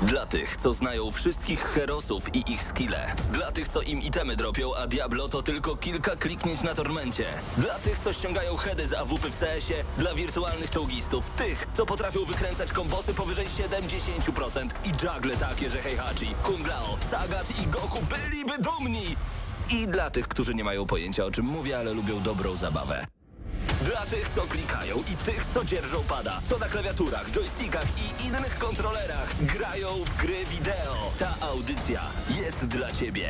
Dla tych, co znają wszystkich herosów i ich skille. Dla tych, co im itemy dropią, a Diablo to tylko kilka kliknięć na tormencie. Dla tych, co ściągają heady z AWP w CS-ie. Dla wirtualnych czołgistów. Tych, co potrafią wykręcać kombosy powyżej 70% i juggle takie, że Heihachi, Kung Lao, Sagat i Goku byliby dumni. I dla tych, którzy nie mają pojęcia, o czym mówię, ale lubią dobrą zabawę. Dla tych, co klikają i tych, co dzierżą pada, co na klawiaturach, joystickach i innych kontrolerach grają w gry wideo. Ta audycja jest dla ciebie.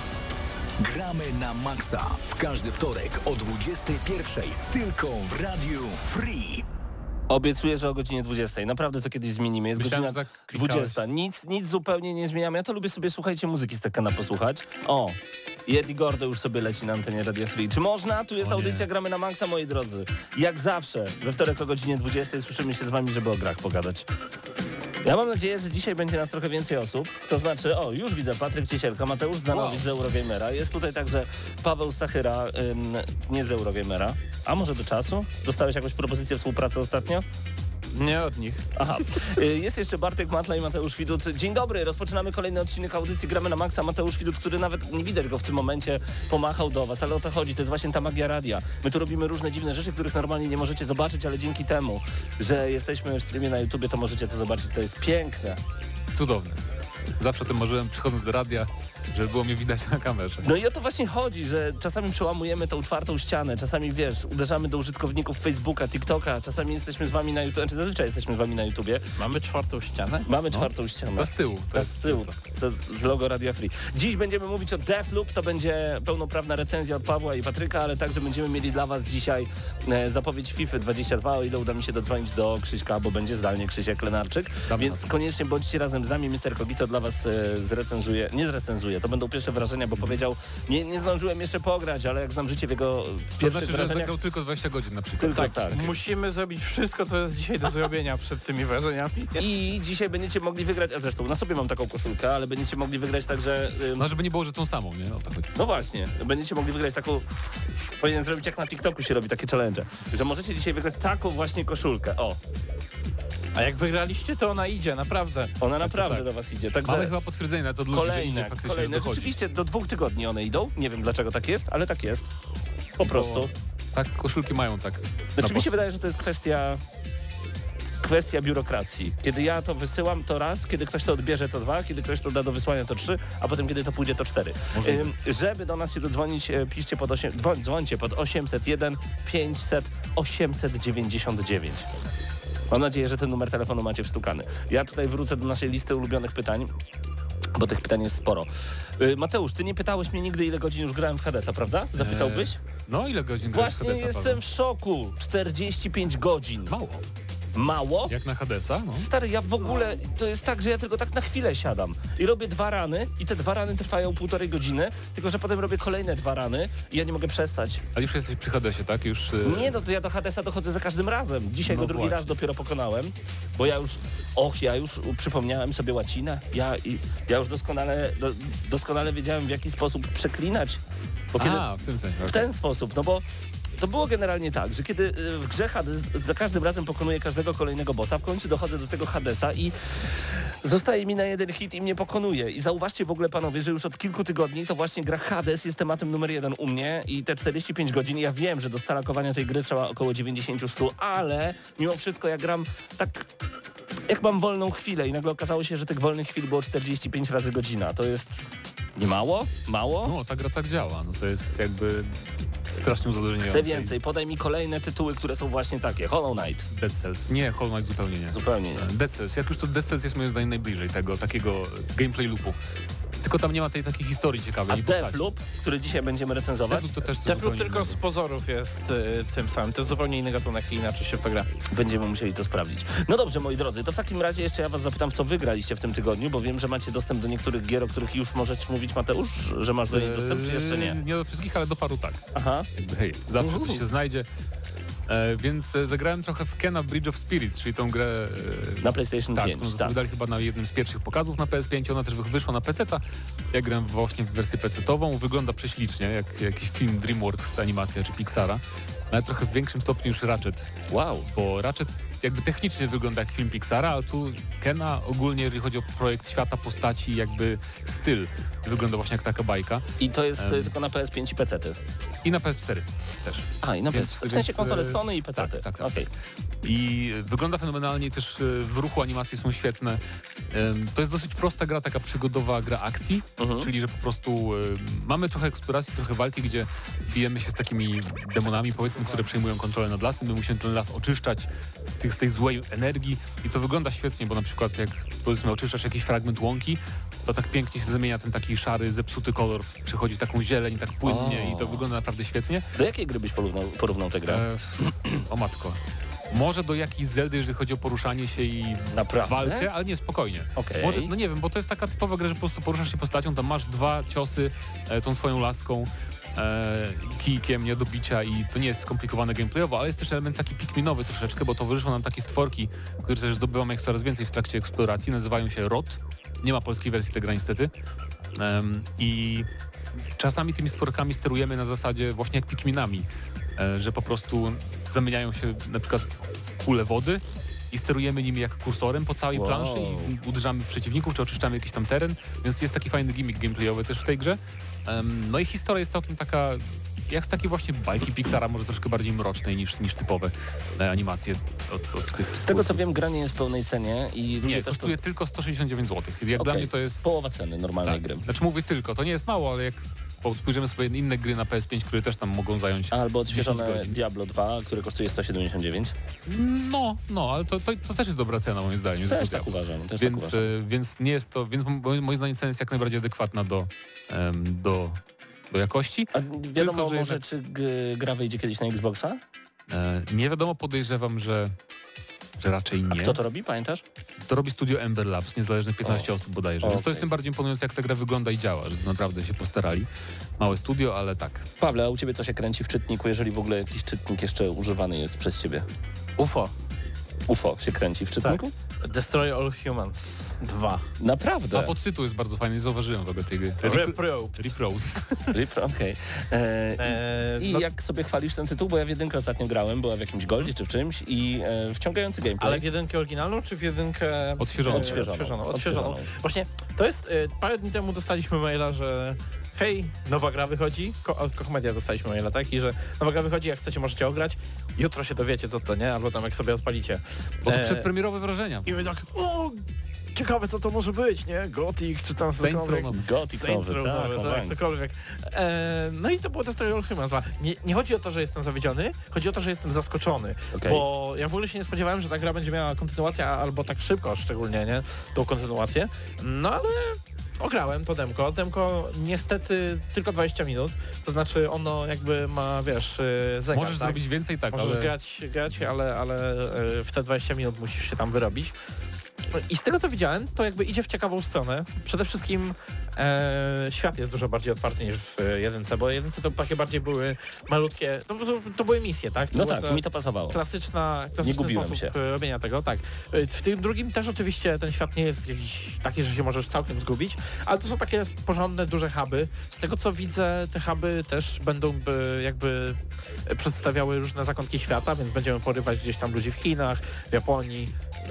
Gramy na maksa w każdy wtorek o 21:00 tylko w Radiu Free. Obiecuję, że o godzinie 20. Naprawdę co kiedyś zmienimy. Jest Myślałem, godzina że tak klikałeś. 20. Nic zupełnie nie zmieniamy. Ja to lubię sobie, słuchajcie, muzyki z Tekkena posłuchać. O, i Eddie Gordo już sobie leci na antenie Radio Free. Czy można? Tu jest audycja Gramy na maksa, moi drodzy. Jak zawsze, we wtorek o godzinie 20 słyszymy się z wami, żeby o grach pogadać. Ja mam nadzieję, że dzisiaj będzie nas trochę więcej osób. To znaczy, już widzę Patryk Ciesielka, Mateusz Zdanowicz z Eurogamera. Jest tutaj także Paweł Stachyra, nie z Eurogamera. A może do czasu? Dostałeś jakąś propozycję współpracy ostatnio? Nie od nich. Aha. Jest jeszcze Bartek Matla i Mateusz Widut. Dzień dobry, rozpoczynamy kolejny odcinek audycji Gramy na maksa. Mateusz Widut, który nawet nie widać go w tym momencie, pomachał do was, ale o to chodzi, to jest właśnie ta magia radia. My tu robimy różne dziwne rzeczy, których normalnie nie możecie zobaczyć, ale dzięki temu, że jesteśmy w streamie na YouTubie, to możecie to zobaczyć, to jest piękne. Cudowne. Zawsze o tym marzyłem, przychodząc do radia, żeby było mnie widać na kamerze. No i o to właśnie chodzi, że czasami przełamujemy tą czwartą ścianę, czasami uderzamy do użytkowników Facebooka, TikToka, czasami jesteśmy z wami na YouTube, znaczy zazwyczaj jesteśmy z wami na YouTubie. Mamy czwartą ścianę? Mamy czwartą ścianę. To z tyłu. To z tyłu, to z logo Radia Free. Dziś będziemy mówić o Deathloop, to będzie pełnoprawna recenzja od Pawła i Patryka, ale także będziemy mieli dla was dzisiaj zapowiedź FIFA 22, o ile uda mi się dodzwonić do Krzyśka, bo będzie zdalnie Krzysiek Lenarczyk, więc koniecznie bądźcie razem z nami, Mr. Kogito dla was nie zrecenzuje, to będą pierwsze wrażenia, bo powiedział, nie zdążyłem jeszcze pograć, ale jak znam życie w jego pierwszych To znaczy, że wrażeniach... zagrał tylko 20 godzin na przykład. Tylko tak. Musimy zrobić wszystko, co jest dzisiaj do zrobienia przed tymi wrażeniami. I dzisiaj będziecie mogli wygrać, a zresztą na sobie mam taką koszulkę, ale będziecie mogli wygrać także... No, żeby nie było, że tą samą, nie? O to chodzi. No właśnie, będziecie mogli wygrać taką, powinien zrobić jak na TikToku się robi takie challenge, że możecie dzisiaj wygrać taką właśnie koszulkę, o. A jak wygraliście, to ona idzie, naprawdę. Ona naprawdę tak. do was idzie, także... Mamy chyba potwierdzenie na to od ludzi, że idzie faktycznie Kolejne. dochodzi. Rzeczywiście do 2 tygodni one idą, nie wiem dlaczego tak jest, ale tak jest, po prostu. Tak, koszulki mają tak. Znaczy mi się wydaje, że to jest kwestia biurokracji. Kiedy ja to wysyłam, to raz, kiedy ktoś to odbierze, to 2, kiedy ktoś to da do wysłania, to 3, a potem kiedy to pójdzie, to 4. Żeby do nas się dodzwonić, piszcie dzwońcie pod 801 500 899. Mam nadzieję, że ten numer telefonu macie wstukany. Ja tutaj wrócę do naszej listy ulubionych pytań, bo tych pytań jest sporo. Mateusz, ty nie pytałeś mnie nigdy, ile godzin już grałem w Hadesa, prawda? Zapytałbyś? No, ile godzin grałeś w Właśnie Hadesa, jestem w szoku. 45 godzin. Mało. Mało? Jak na Hadesa? No. Stary, ja w ogóle, to jest tak, że ja tylko tak na chwilę siadam i robię 2 rany i te 2 rany trwają 1,5 godziny, tylko że potem robię kolejne 2 rany i ja nie mogę przestać. Ale już jesteś przy Hadesie, tak? Już... Nie, no to ja do Hadesa dochodzę za każdym razem. Dzisiaj go drugi właśnie. raz dopiero pokonałem, bo ja już przypomniałem sobie łacinę. Ja już doskonale wiedziałem, w jaki sposób przeklinać. Bo w tym sensie. w ten sposób, no bo to było generalnie tak, że kiedy w grze Hades za każdym razem pokonuję każdego kolejnego bossa, w końcu dochodzę do tego Hadesa i zostaje mi na jeden hit i mnie pokonuje. I zauważcie w ogóle, panowie, że już od kilku tygodni to właśnie gra Hades jest tematem numer 1 u mnie i te 45 godzin, ja wiem, że do stalakowania tej gry trzeba około 90-100, ale mimo wszystko ja gram tak jak mam wolną chwilę i nagle okazało się, że tych wolnych chwil było 45 razy godzina. To jest nie mało? Mało? No, ta gra tak działa. No to jest jakby strasznie uzależniające. Chcę więcej. Podaj mi kolejne tytuły, które są właśnie takie. Hollow Knight. Dead Cells. Nie, Hollow Knight zupełnie nie. Zupełnie nie. Dead Cells. Jak już to Dead Cells jest moim zdaniem najbliżej tego takiego gameplay loopu. Tylko tam nie ma tej takiej historii ciekawej. A Deathloop, który dzisiaj będziemy recenzować? Deathloop to też Deathloop tylko z pozorów jest tym samym. To jest zupełnie inny gatunek i inaczej się w to gra. Będziemy musieli to sprawdzić. No dobrze, moi drodzy, to w takim razie jeszcze ja was zapytam, co wygraliście w tym tygodniu, bo wiem, że macie dostęp do niektórych gier, o których już możecie mówić, Mateusz, że masz do nich dostęp, czy jeszcze nie? Nie do wszystkich, ale do paru tak. Aha. Jakby, hej, zawsze coś się znajdzie. Więc zagrałem trochę w Kena Bridge of Spirits, czyli tą grę na PlayStation 5, którą tak. wydali chyba na jednym z pierwszych pokazów na PS5, ona też wyszła na PC-ta. Ja grałem właśnie w wersję PC-tową, wygląda prześlicznie, jak jakiś film DreamWorks, animacja czy Pixara, ale trochę w większym stopniu niż Ratchet. Wow. Bo Ratchet jakby technicznie wygląda jak film Pixara, a tu Kena ogólnie, jeżeli chodzi o projekt świata, postaci, jakby styl, wygląda właśnie jak taka bajka. I to jest tylko na PS5 i PC-ty. I na PS4 też. A, i na Więc- PS4. W sensie więc, konsole Sony i PC-ty. tak. Okej. I wygląda fenomenalnie, też w ruchu animacje są świetne. To jest dosyć prosta gra, taka przygodowa gra akcji, czyli że po prostu mamy trochę eksploracji, trochę walki, gdzie bijemy się z takimi demonami, powiedzmy, które przejmują kontrolę nad lasem. My musimy ten las oczyszczać z tej złej energii i to wygląda świetnie, bo na przykład jak powiedzmy oczyszczasz jakiś fragment łąki, to tak pięknie się zamienia ten taki szary, zepsuty kolor, przychodzi w taką zieleń, tak płynnie i to wygląda naprawdę świetnie. Do jakiej gry byś porównał tę grę? O matko. Może do jakiejś Zeldy, jeżeli chodzi o poruszanie się i Naprawdę? walkę, ale nie, spokojnie. Okej. Może, no nie wiem, bo to jest taka typowa gra, że po prostu poruszasz się postacią, tam masz 2 ciosy tą swoją laską, kijkiem, nie do bicia i to nie jest skomplikowane gameplayowo, ale jest też element taki pikminowy troszeczkę, bo towarzyszą nam takie stworki, które też zdobywamy ich coraz więcej w trakcie eksploracji, nazywają się ROT. Nie ma polskiej wersji tej gry niestety. I czasami tymi stworkami sterujemy na zasadzie właśnie jak pikminami, że po prostu zamieniają się na przykład w kule wody i sterujemy nimi jak kursorem po całej planszy i uderzamy w przeciwników, czy oczyszczamy jakiś tam teren, więc jest taki fajny gimmick gameplayowy też w tej grze. No i historia jest całkiem taka, jak z takiej właśnie bajki Pixara, może troszkę bardziej mrocznej niż typowe animacje od tych... Z tego co wiem, gra nie jest w pełnej cenie i Nie, ludzie też kosztuje tylko 169 zł. Jak dla Okej. mnie to jest... połowa ceny normalnej gry. Znaczy mówię tylko, to nie jest mało, ale jak spojrzymy sobie na inne gry na PS5, które też tam mogą zająć Albo 10 odświeżone godzin. Diablo 2, które kosztuje 179. No, ale to też jest dobra cena moim zdaniem. Też za tak Diablo. uważam. Też Więc, tak uważam. więc nie jest to, więc moim zdaniem cena jest jak najbardziej adekwatna do jakości. A wiadomo tylko, że może, jednak- czy gra wyjdzie kiedyś na Xboxa? Nie wiadomo, podejrzewam, że raczej A nie. kto to robi, pamiętasz? To robi studio Ember Labs, niezależnych 15 osób bodajże. Więc to Okej. jest tym bardziej imponujące, jak ta gra wygląda i działa, że naprawdę się postarali. Małe studio, ale tak. Pawle, a u ciebie co się kręci w czytniku, jeżeli w ogóle jakiś czytnik jeszcze używany jest przez ciebie? UFO. UFO się kręci w czytniku? Destroy All Humans 2. Naprawdę? A podtytuł jest bardzo fajny, nie zauważyłem w ogóle tej gry. Reprose. Okej. I no, jak sobie chwalisz ten tytuł, bo ja w jedynkę ostatnio grałem, była w jakimś Goldzie czy w czymś i wciągający gameplay. ale w jedynkę oryginalną, czy w jedynkę... Odświeżoną. Odświeżoną. Właśnie, to jest... parę dni temu dostaliśmy maila, że hej, nowa gra wychodzi. Od Koch Media dostaliśmy maila, tak? I że nowa gra wychodzi, jak chcecie, możecie ograć. Jutro się dowiecie, co to, nie? Albo tam jak sobie odpalicie. Bo to przedpremierowe wrażenia. I my tak, o, ciekawe co to może być, nie? Gothic, czy tam Saints cokolwiek. Row nowy. Gothic Saints nowy, Row tak, nowy, tak, tak, cokolwiek. No i to było Destroy All Humans 2. Nie chodzi o to, że jestem zawiedziony, chodzi o to, że jestem zaskoczony. Okej. Bo ja w ogóle się nie spodziewałem, że ta gra będzie miała kontynuację, albo tak szybko szczególnie, nie? Tą kontynuację. No ale... Ograłem to demko. Demko niestety tylko 20 minut, to znaczy ono jakby ma, wiesz, zegar, Możesz tak? zrobić więcej, tak, Możesz ale... grać, ale w te 20 minut musisz się tam wyrobić. I z tego co widziałem, to jakby idzie w ciekawą stronę. Przede wszystkim świat jest dużo bardziej otwarty niż w jedynce, bo jedynce to takie bardziej były malutkie, to były misje, tak? No było tak, mi to pasowało. Klasyczny gubiłem sposób się. robienia tego, tak. W tym drugim też oczywiście ten świat nie jest jakiś taki, że się możesz całkiem zgubić, ale to są takie porządne, duże huby. Z tego co widzę, te huby też będą jakby przedstawiały różne zakątki świata, więc będziemy porywać gdzieś tam ludzi w Chinach, w Japonii,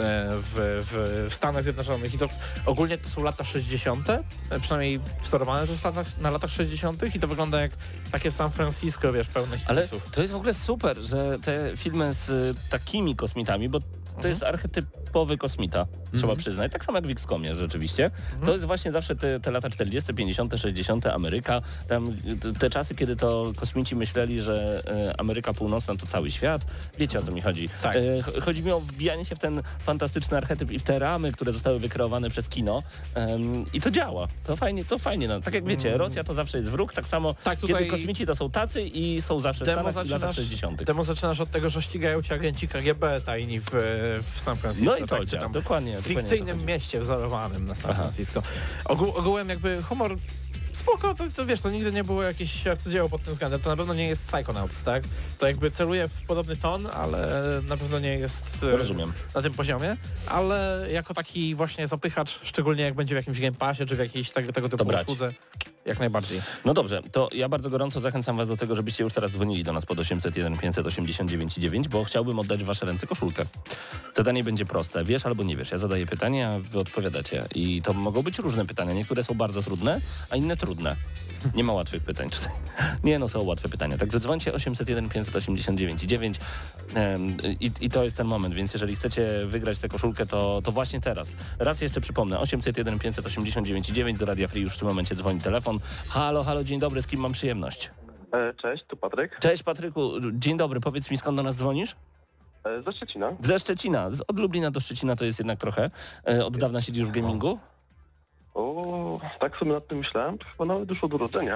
w Stanach Zjednoczonych i to ogólnie to są lata 60., przynajmniej sterowane to jest na latach 60. i to wygląda jak takie San Francisco, wiesz, pełne Ale hipisów. to jest w ogóle super, że te filmy z takimi kosmitami, bo to jest archetypowy kosmita, trzeba przyznać. Tak samo jak w X-Comie rzeczywiście. To jest właśnie zawsze te lata 40., 50., 60. Ameryka. Tam te czasy, kiedy to kosmici myśleli, że Ameryka Północna to cały świat. Wiecie o co mi chodzi. Tak. Chodzi mi o wbijanie się w ten fantastyczny archetyp i w te ramy, które zostały wykreowane przez kino. I to działa. To fajnie. No. Tak jak wiecie, Rosja to zawsze jest wróg, tak samo Tak, tutaj kiedy kosmici to są tacy i są zawsze w Stanach w latach 60. Demo zaczynasz od tego, że ścigają cię agenci KGB tajni w San Francisco. No i to tak, czy działa, tam dokładnie. w fikcyjnym mieście wzorowanym na San Aha. Francisco. Ogółem jakby humor spoko, to wiesz, to nigdy nie było jakieś arcydzieło pod tym względem. To na pewno nie jest Psychonauts, tak? To jakby celuje w podobny ton, ale na pewno nie jest Rozumiem. na tym poziomie, ale jako taki właśnie zapychacz, szczególnie jak będzie w jakimś Game Passie, czy w jakiejś tego typu brać. usłudze, Jak najbardziej. No dobrze, to ja bardzo gorąco zachęcam was do tego, żebyście już teraz dzwonili do nas pod 801 589 9, bo chciałbym oddać w wasze ręce koszulkę. Zadanie będzie proste. Wiesz albo nie wiesz. Ja zadaję pytanie, a wy odpowiadacie. I to mogą być różne pytania. Niektóre są bardzo trudne, a inne trudne. Nie ma łatwych pytań tutaj. Nie, no są łatwe pytania. Także dzwońcie 801 589 9 i to jest ten moment, więc jeżeli chcecie wygrać tę koszulkę, to właśnie teraz. Raz jeszcze przypomnę, 801 589 9 do Radia Free już w tym momencie dzwoni telefon. Halo, dzień dobry, z kim mam przyjemność? Cześć, tu Patryk. Cześć Patryku, dzień dobry, powiedz mi skąd do nas dzwonisz? Ze Szczecina. Ze Szczecina, od Lublina do Szczecina to jest jednak trochę. Od dawna siedzisz w gamingu? O, tak sobie nad tym myślałem, to chyba nawet już od urodzenia.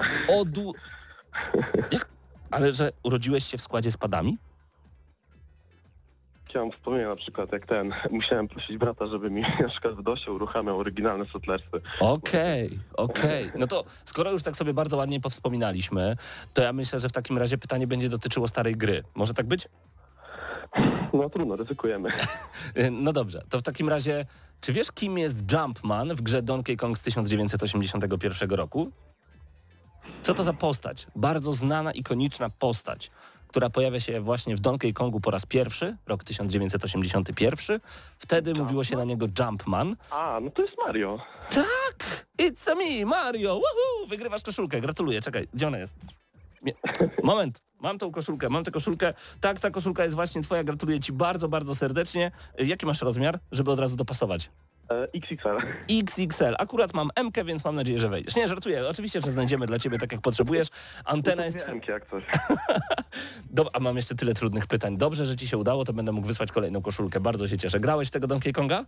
Jak? Ale że urodziłeś się w składzie z padami? Chciałem wspomnieć na przykład jak musiałem prosić brata, żeby mi na przykład w DOSie uruchamiał oryginalne Settlersy. Okej. No to skoro już tak sobie bardzo ładnie powspominaliśmy, to ja myślę, że w takim razie pytanie będzie dotyczyło starej gry. Może tak być? No trudno, ryzykujemy. No dobrze, to w takim razie, czy wiesz kim jest Jumpman w grze Donkey Kong z 1981 roku? Co to za postać? Bardzo znana, ikoniczna postać, która pojawia się właśnie w Donkey Kongu po raz pierwszy, rok 1981. Wtedy mówiło się na niego Jumpman. A, no to jest Mario. Tak! It's a me, Mario! Woohoo! Wygrywasz koszulkę, gratuluję. Czekaj, gdzie ona jest? Moment, mam tę koszulkę. Tak, ta koszulka jest właśnie twoja, gratuluję ci bardzo, bardzo serdecznie. Jaki masz rozmiar, żeby od razu dopasować? XXL. XXL. Akurat mam M-kę, więc mam nadzieję, że wejdziesz. Nie, żartuję. Oczywiście, że znajdziemy dla ciebie tak, jak potrzebujesz. Antena jest... M-ki jak coś. A mam jeszcze tyle trudnych pytań. Dobrze, że ci się udało, to będę mógł wysłać kolejną koszulkę. Bardzo się cieszę. Grałeś w tego Donkey Konga?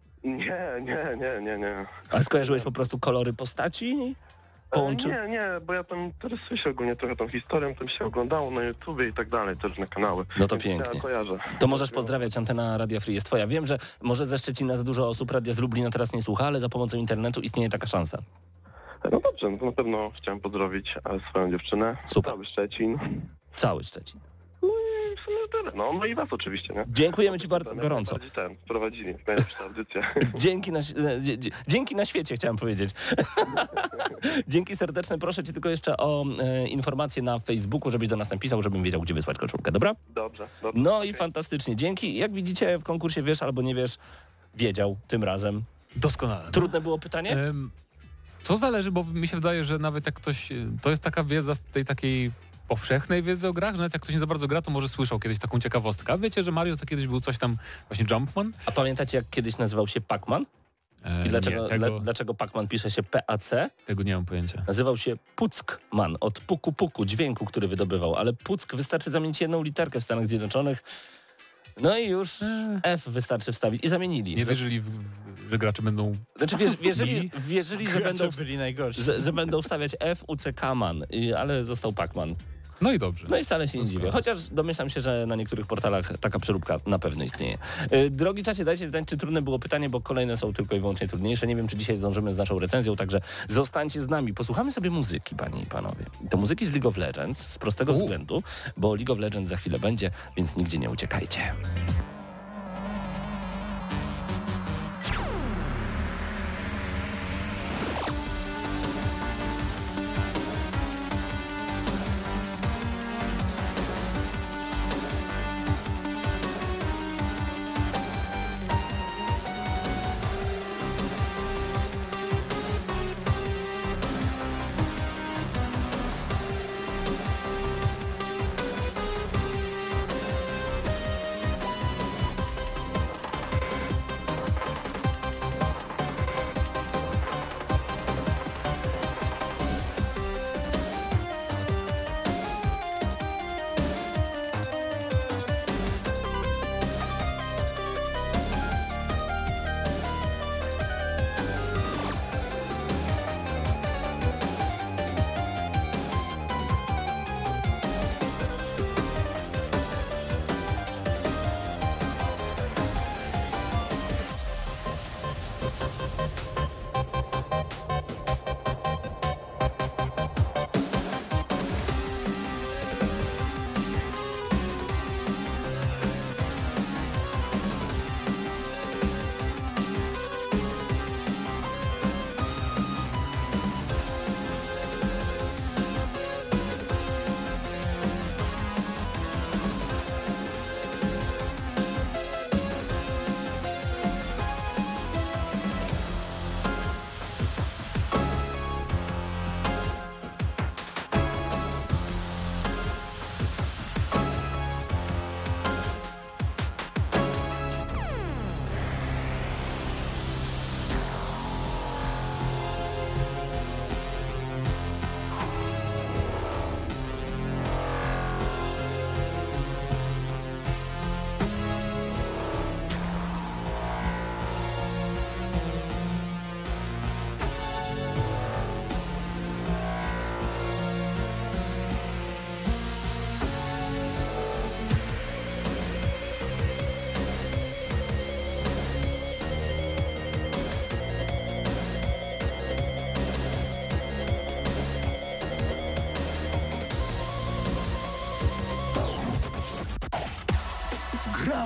Nie. A skojarzyłeś po prostu kolory postaci? Nie, bo ja tam interesuję się ogólnie trochę tą historią, tam się oglądało na YouTubie i tak dalej, też na kanały. No to Więc pięknie. Ja kojarzę. To możesz pozdrawiać, antena Radia Free jest twoja. Wiem, że może ze Szczecina za dużo osób Radia z Lublina teraz nie słucha, ale za pomocą internetu istnieje taka szansa. No dobrze, no to na pewno chciałem pozdrowić swoją dziewczynę. Super. Cały Szczecin. Cały Szczecin. No i w sumie tyle. No i was oczywiście, nie? Dziękujemy ci bardzo gorąco. Prowadzili najlepszą audycję. Dzięki na świecie, chciałem powiedzieć. Dzięki serdeczne. Proszę cię tylko jeszcze o informację na Facebooku, żebyś do nas napisał, żebym wiedział, gdzie wysłać koszulkę, dobra? Dobrze. No i fantastycznie. Dzięki. Jak widzicie, w konkursie wiesz albo nie wiesz, wiedział tym razem. Doskonale. Trudne było pytanie? To zależy, bo mi się wydaje, że nawet jak ktoś... To jest taka wiedza z tej takiej powszechnej wiedzy o grach, że nawet jak ktoś nie za bardzo gra, to może słyszał kiedyś taką ciekawostkę. A wiecie, że Mario to kiedyś był coś tam, właśnie Jumpman? A pamiętacie, jak kiedyś nazywał się Pac-Man? I dlaczego Pac-Man pisze się P-A-C? Tego nie mam pojęcia. Nazywał się Puck-Man, od puku, dźwięku, który wydobywał, ale Puck wystarczy zamienić jedną literkę w Stanach Zjednoczonych. No i już F wystarczy wstawić i zamienili. Nie wierzyli, że gracze będą... Znaczy wierzyli, że będą stawiać F, UCK-man, ale został Pac-Man. No i dobrze. No i wcale się nie dziwię. Chociaż domyślam się, że na niektórych portalach taka przeróbka na pewno istnieje. Drogi czacie, dajcie znać, czy trudne było pytanie, bo kolejne są tylko i wyłącznie trudniejsze. Nie wiem, czy dzisiaj zdążymy z naszą recenzją, także zostańcie z nami. Posłuchamy sobie muzyki, panie i panowie. To muzyki z League of Legends, z prostego względu, bo League of Legends za chwilę będzie, więc nigdzie nie uciekajcie.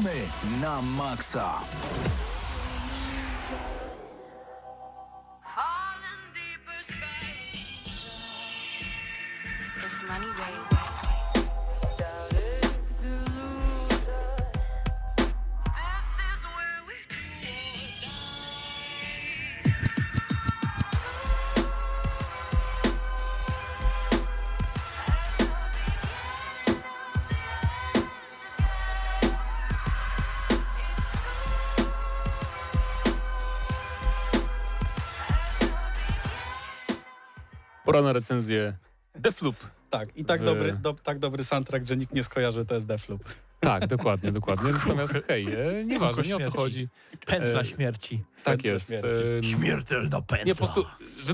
Gramy na maksa. Pora na recenzję Deathloop. Tak, i tak, tak dobry soundtrack, że nikt nie skojarzy, to jest Deathloop. Tak, dokładnie. Natomiast hej, nieważne, nie o to chodzi. Pętla śmierci. Tak Pętla jest. śmierci. Śmiertelna pętla. Nie, po prostu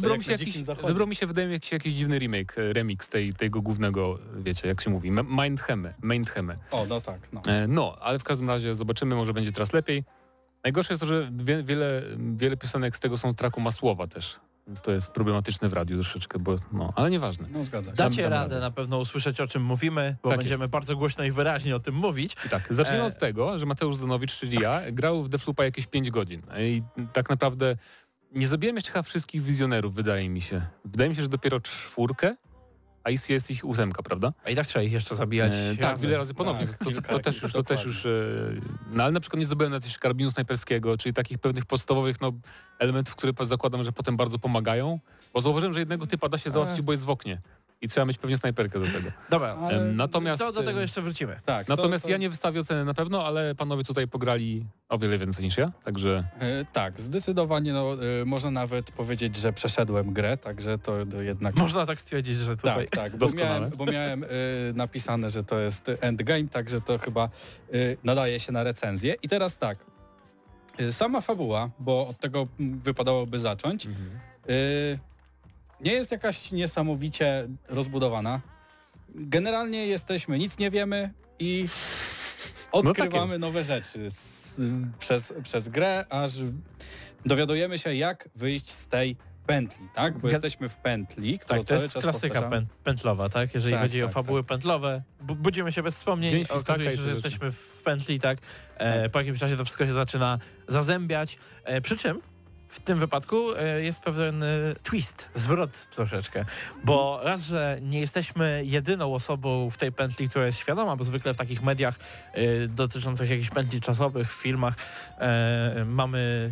wybrał mi się, wydaje mi się, jakiś dziwny remix tego głównego, wiecie, jak się mówi, Mindhemme. O, no tak. No. No, ale w każdym razie zobaczymy, może będzie teraz lepiej. Najgorsze jest to, że wiele piosenek z tego są tracku Masłowa też. Więc to jest problematyczne w radiu troszeczkę, bo ale nieważne. No zgadza się. Dacie radę na pewno usłyszeć, o czym mówimy, bo Tak będziemy jest. bardzo głośno i wyraźnie o tym mówić. I tak, zacznijmy od tego, że Mateusz Zanowicz, czyli ja, grał w Deathloopa jakieś 5 godzin. I tak naprawdę nie zabiłem jeszcze chyba wszystkich wizjonerów, wydaje mi się. Wydaje mi się, że dopiero 4, a jest ich 8, prawda? A i tak trzeba ich jeszcze zabijać. Tak, wiele razy ponownie. Tak, To też już. No ale na przykład nie zdobyłem na też karabinu snajperskiego, czyli takich pewnych podstawowych elementów, które zakładam, że potem bardzo pomagają. Bo zauważyłem, że jednego typa da się załatwić, bo jest w oknie. I trzeba mieć pewnie snajperkę do tego. Dobra, Natomiast do tego jeszcze wrócimy. Tak, ja nie wystawię oceny na pewno, ale panowie tutaj pograli o wiele więcej niż ja, także... Tak, zdecydowanie można nawet powiedzieć, że przeszedłem grę, także to jednak... Można tak stwierdzić, że tutaj... Tak, Doskonale. bo miałem napisane, że to jest endgame, także to chyba nadaje się na recenzję. I teraz tak, sama fabuła, bo od tego wypadałoby zacząć, nie jest jakaś niesamowicie rozbudowana. Generalnie nic nie wiemy i odkrywamy nowe rzeczy przez grę, aż dowiadujemy się, jak wyjść z tej pętli, tak? Bo jesteśmy w pętli, którą Tak, to cały jest czas klasyka powtarzamy. pętlowa, tak? Jeżeli Tak, chodzi o tak, fabuły pętlowe, budzimy się bez wspomnień, Dzień świstaka okazuje i się, te że rzeczy. jesteśmy w pętli, tak? Po jakimś czasie to wszystko się zaczyna zazębiać. Przy czym w tym wypadku jest pewien twist, zwrot troszeczkę, bo raz, że nie jesteśmy jedyną osobą w tej pętli, która jest świadoma, bo zwykle w takich mediach dotyczących jakichś pętli czasowych, w filmach mamy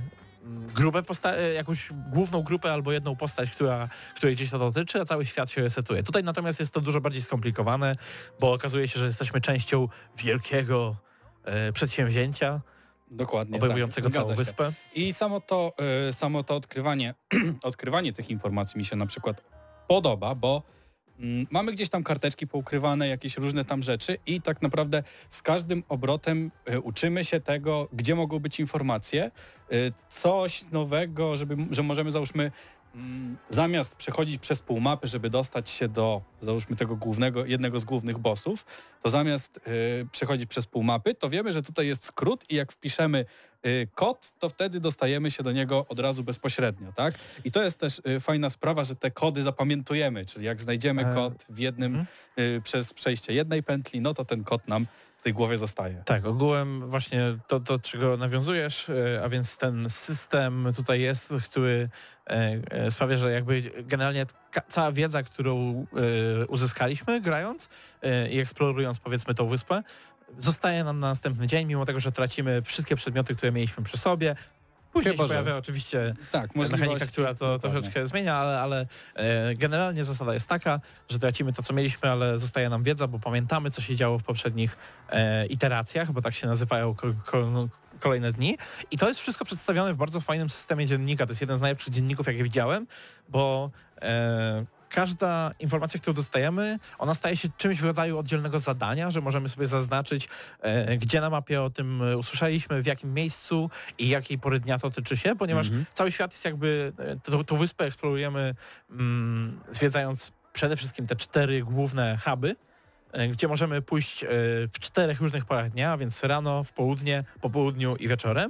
jakąś główną grupę albo jedną postać, której gdzieś to dotyczy, a cały świat się resetuje. Tutaj natomiast jest to dużo bardziej skomplikowane, bo okazuje się, że jesteśmy częścią wielkiego przedsięwzięcia Dokładnie, obejmującego tak, całą zgadza się. wyspę. I samo to odkrywanie tych informacji mi się na przykład podoba, bo mamy gdzieś tam karteczki poukrywane, jakieś różne tam rzeczy i tak naprawdę z każdym obrotem uczymy się tego, gdzie mogą być informacje, coś nowego, że możemy załóżmy zamiast przechodzić przez pół mapy, żeby dostać się do, załóżmy, tego jednego z głównych bossów, to zamiast przechodzić przez pół mapy, to wiemy, że tutaj jest skrót i jak wpiszemy kod, to wtedy dostajemy się do niego od razu bezpośrednio, tak? I to jest też fajna sprawa, że te kody zapamiętujemy, czyli jak znajdziemy kod w jednym, przez przejście jednej pętli, no to ten kod nam w tej głowie zostaje. Tak, ogółem właśnie to, do czego nawiązujesz, a więc ten system tutaj jest, który sprawia, że jakby generalnie cała wiedza, którą uzyskaliśmy grając i eksplorując powiedzmy tą wyspę, zostaje nam na następny dzień, mimo tego, że tracimy wszystkie przedmioty, które mieliśmy przy sobie. Później się pojawia oczywiście mechanika, która to troszeczkę zmienia, ale generalnie zasada jest taka, że tracimy to, co mieliśmy, ale zostaje nam wiedza, bo pamiętamy, co się działo w poprzednich iteracjach, bo tak się nazywają kolejne dni. I to jest wszystko przedstawione w bardzo fajnym systemie dziennika. To jest jeden z najlepszych dzienników, jakie widziałem, bo każda informacja, którą dostajemy, ona staje się czymś w rodzaju oddzielnego zadania, że możemy sobie zaznaczyć, gdzie na mapie o tym usłyszeliśmy, w jakim miejscu i jakiej pory dnia to tyczy się, ponieważ cały świat jest jakby, tą wyspę eksplorujemy zwiedzając przede wszystkim te 4 główne huby, gdzie możemy pójść w 4 różnych porach dnia, więc rano, w południe, po południu i wieczorem.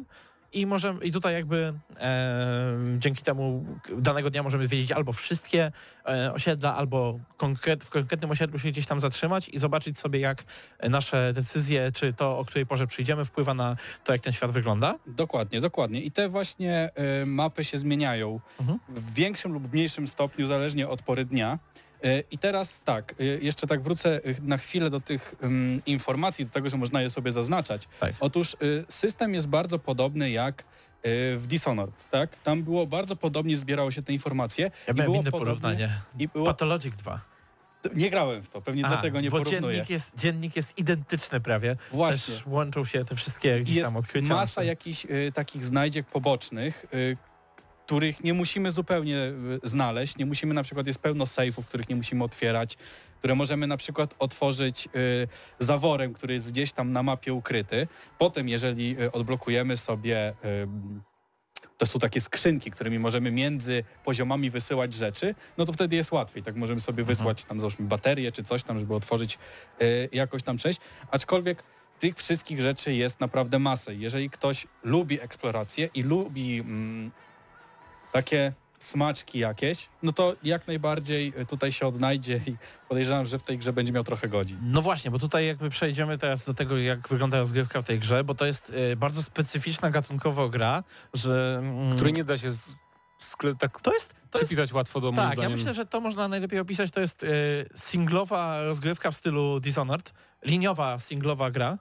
I tutaj jakby dzięki temu danego dnia możemy zwiedzić albo wszystkie osiedla, albo w konkretnym osiedlu się gdzieś tam zatrzymać i zobaczyć sobie, jak nasze decyzje, czy to, o której porze przyjdziemy, wpływa na to, jak ten świat wygląda. Dokładnie, dokładnie. I te właśnie mapy się zmieniają w większym lub mniejszym stopniu, zależnie od pory dnia. I teraz tak, jeszcze tak wrócę na chwilę do tych informacji, do tego, że można je sobie zaznaczać. Tak. Otóż system jest bardzo podobny jak w Dishonored, tak? Tam było bardzo podobnie, zbierało się te informacje. Ja i miałem było inne podobnie, porównanie. i było, Pathologic 2. nie grałem w to, pewnie dlatego nie bo porównuję. dziennik jest identyczny prawie. Właśnie. Też łączą się te wszystkie gdzieś Jest tam odkrycia. masa jakichś takich znajdziek pobocznych, których nie musimy zupełnie znaleźć. Nie musimy, na przykład jest pełno sejfów, których nie musimy otwierać, które możemy na przykład otworzyć zaworem, który jest gdzieś tam na mapie ukryty. Potem, jeżeli odblokujemy sobie, to są takie skrzynki, którymi możemy między poziomami wysyłać rzeczy, no to wtedy jest łatwiej. Tak możemy sobie wysłać tam załóżmy baterię czy coś tam, żeby otworzyć jakoś tam część. Aczkolwiek tych wszystkich rzeczy jest naprawdę masę. Jeżeli ktoś lubi eksplorację i lubi takie smaczki jakieś, no to jak najbardziej tutaj się odnajdzie i podejrzewam, że w tej grze będzie miał trochę godzin. No właśnie, bo tutaj jakby przejdziemy teraz do tego, jak wygląda rozgrywka w tej grze, bo to jest bardzo specyficzna gatunkowo gra, że... Której nie da się tak To jest przypisać łatwo do moim tak, zdaniem. ja myślę, że to można najlepiej opisać, to jest singlowa rozgrywka w stylu Dishonored, liniowa singlowa gra,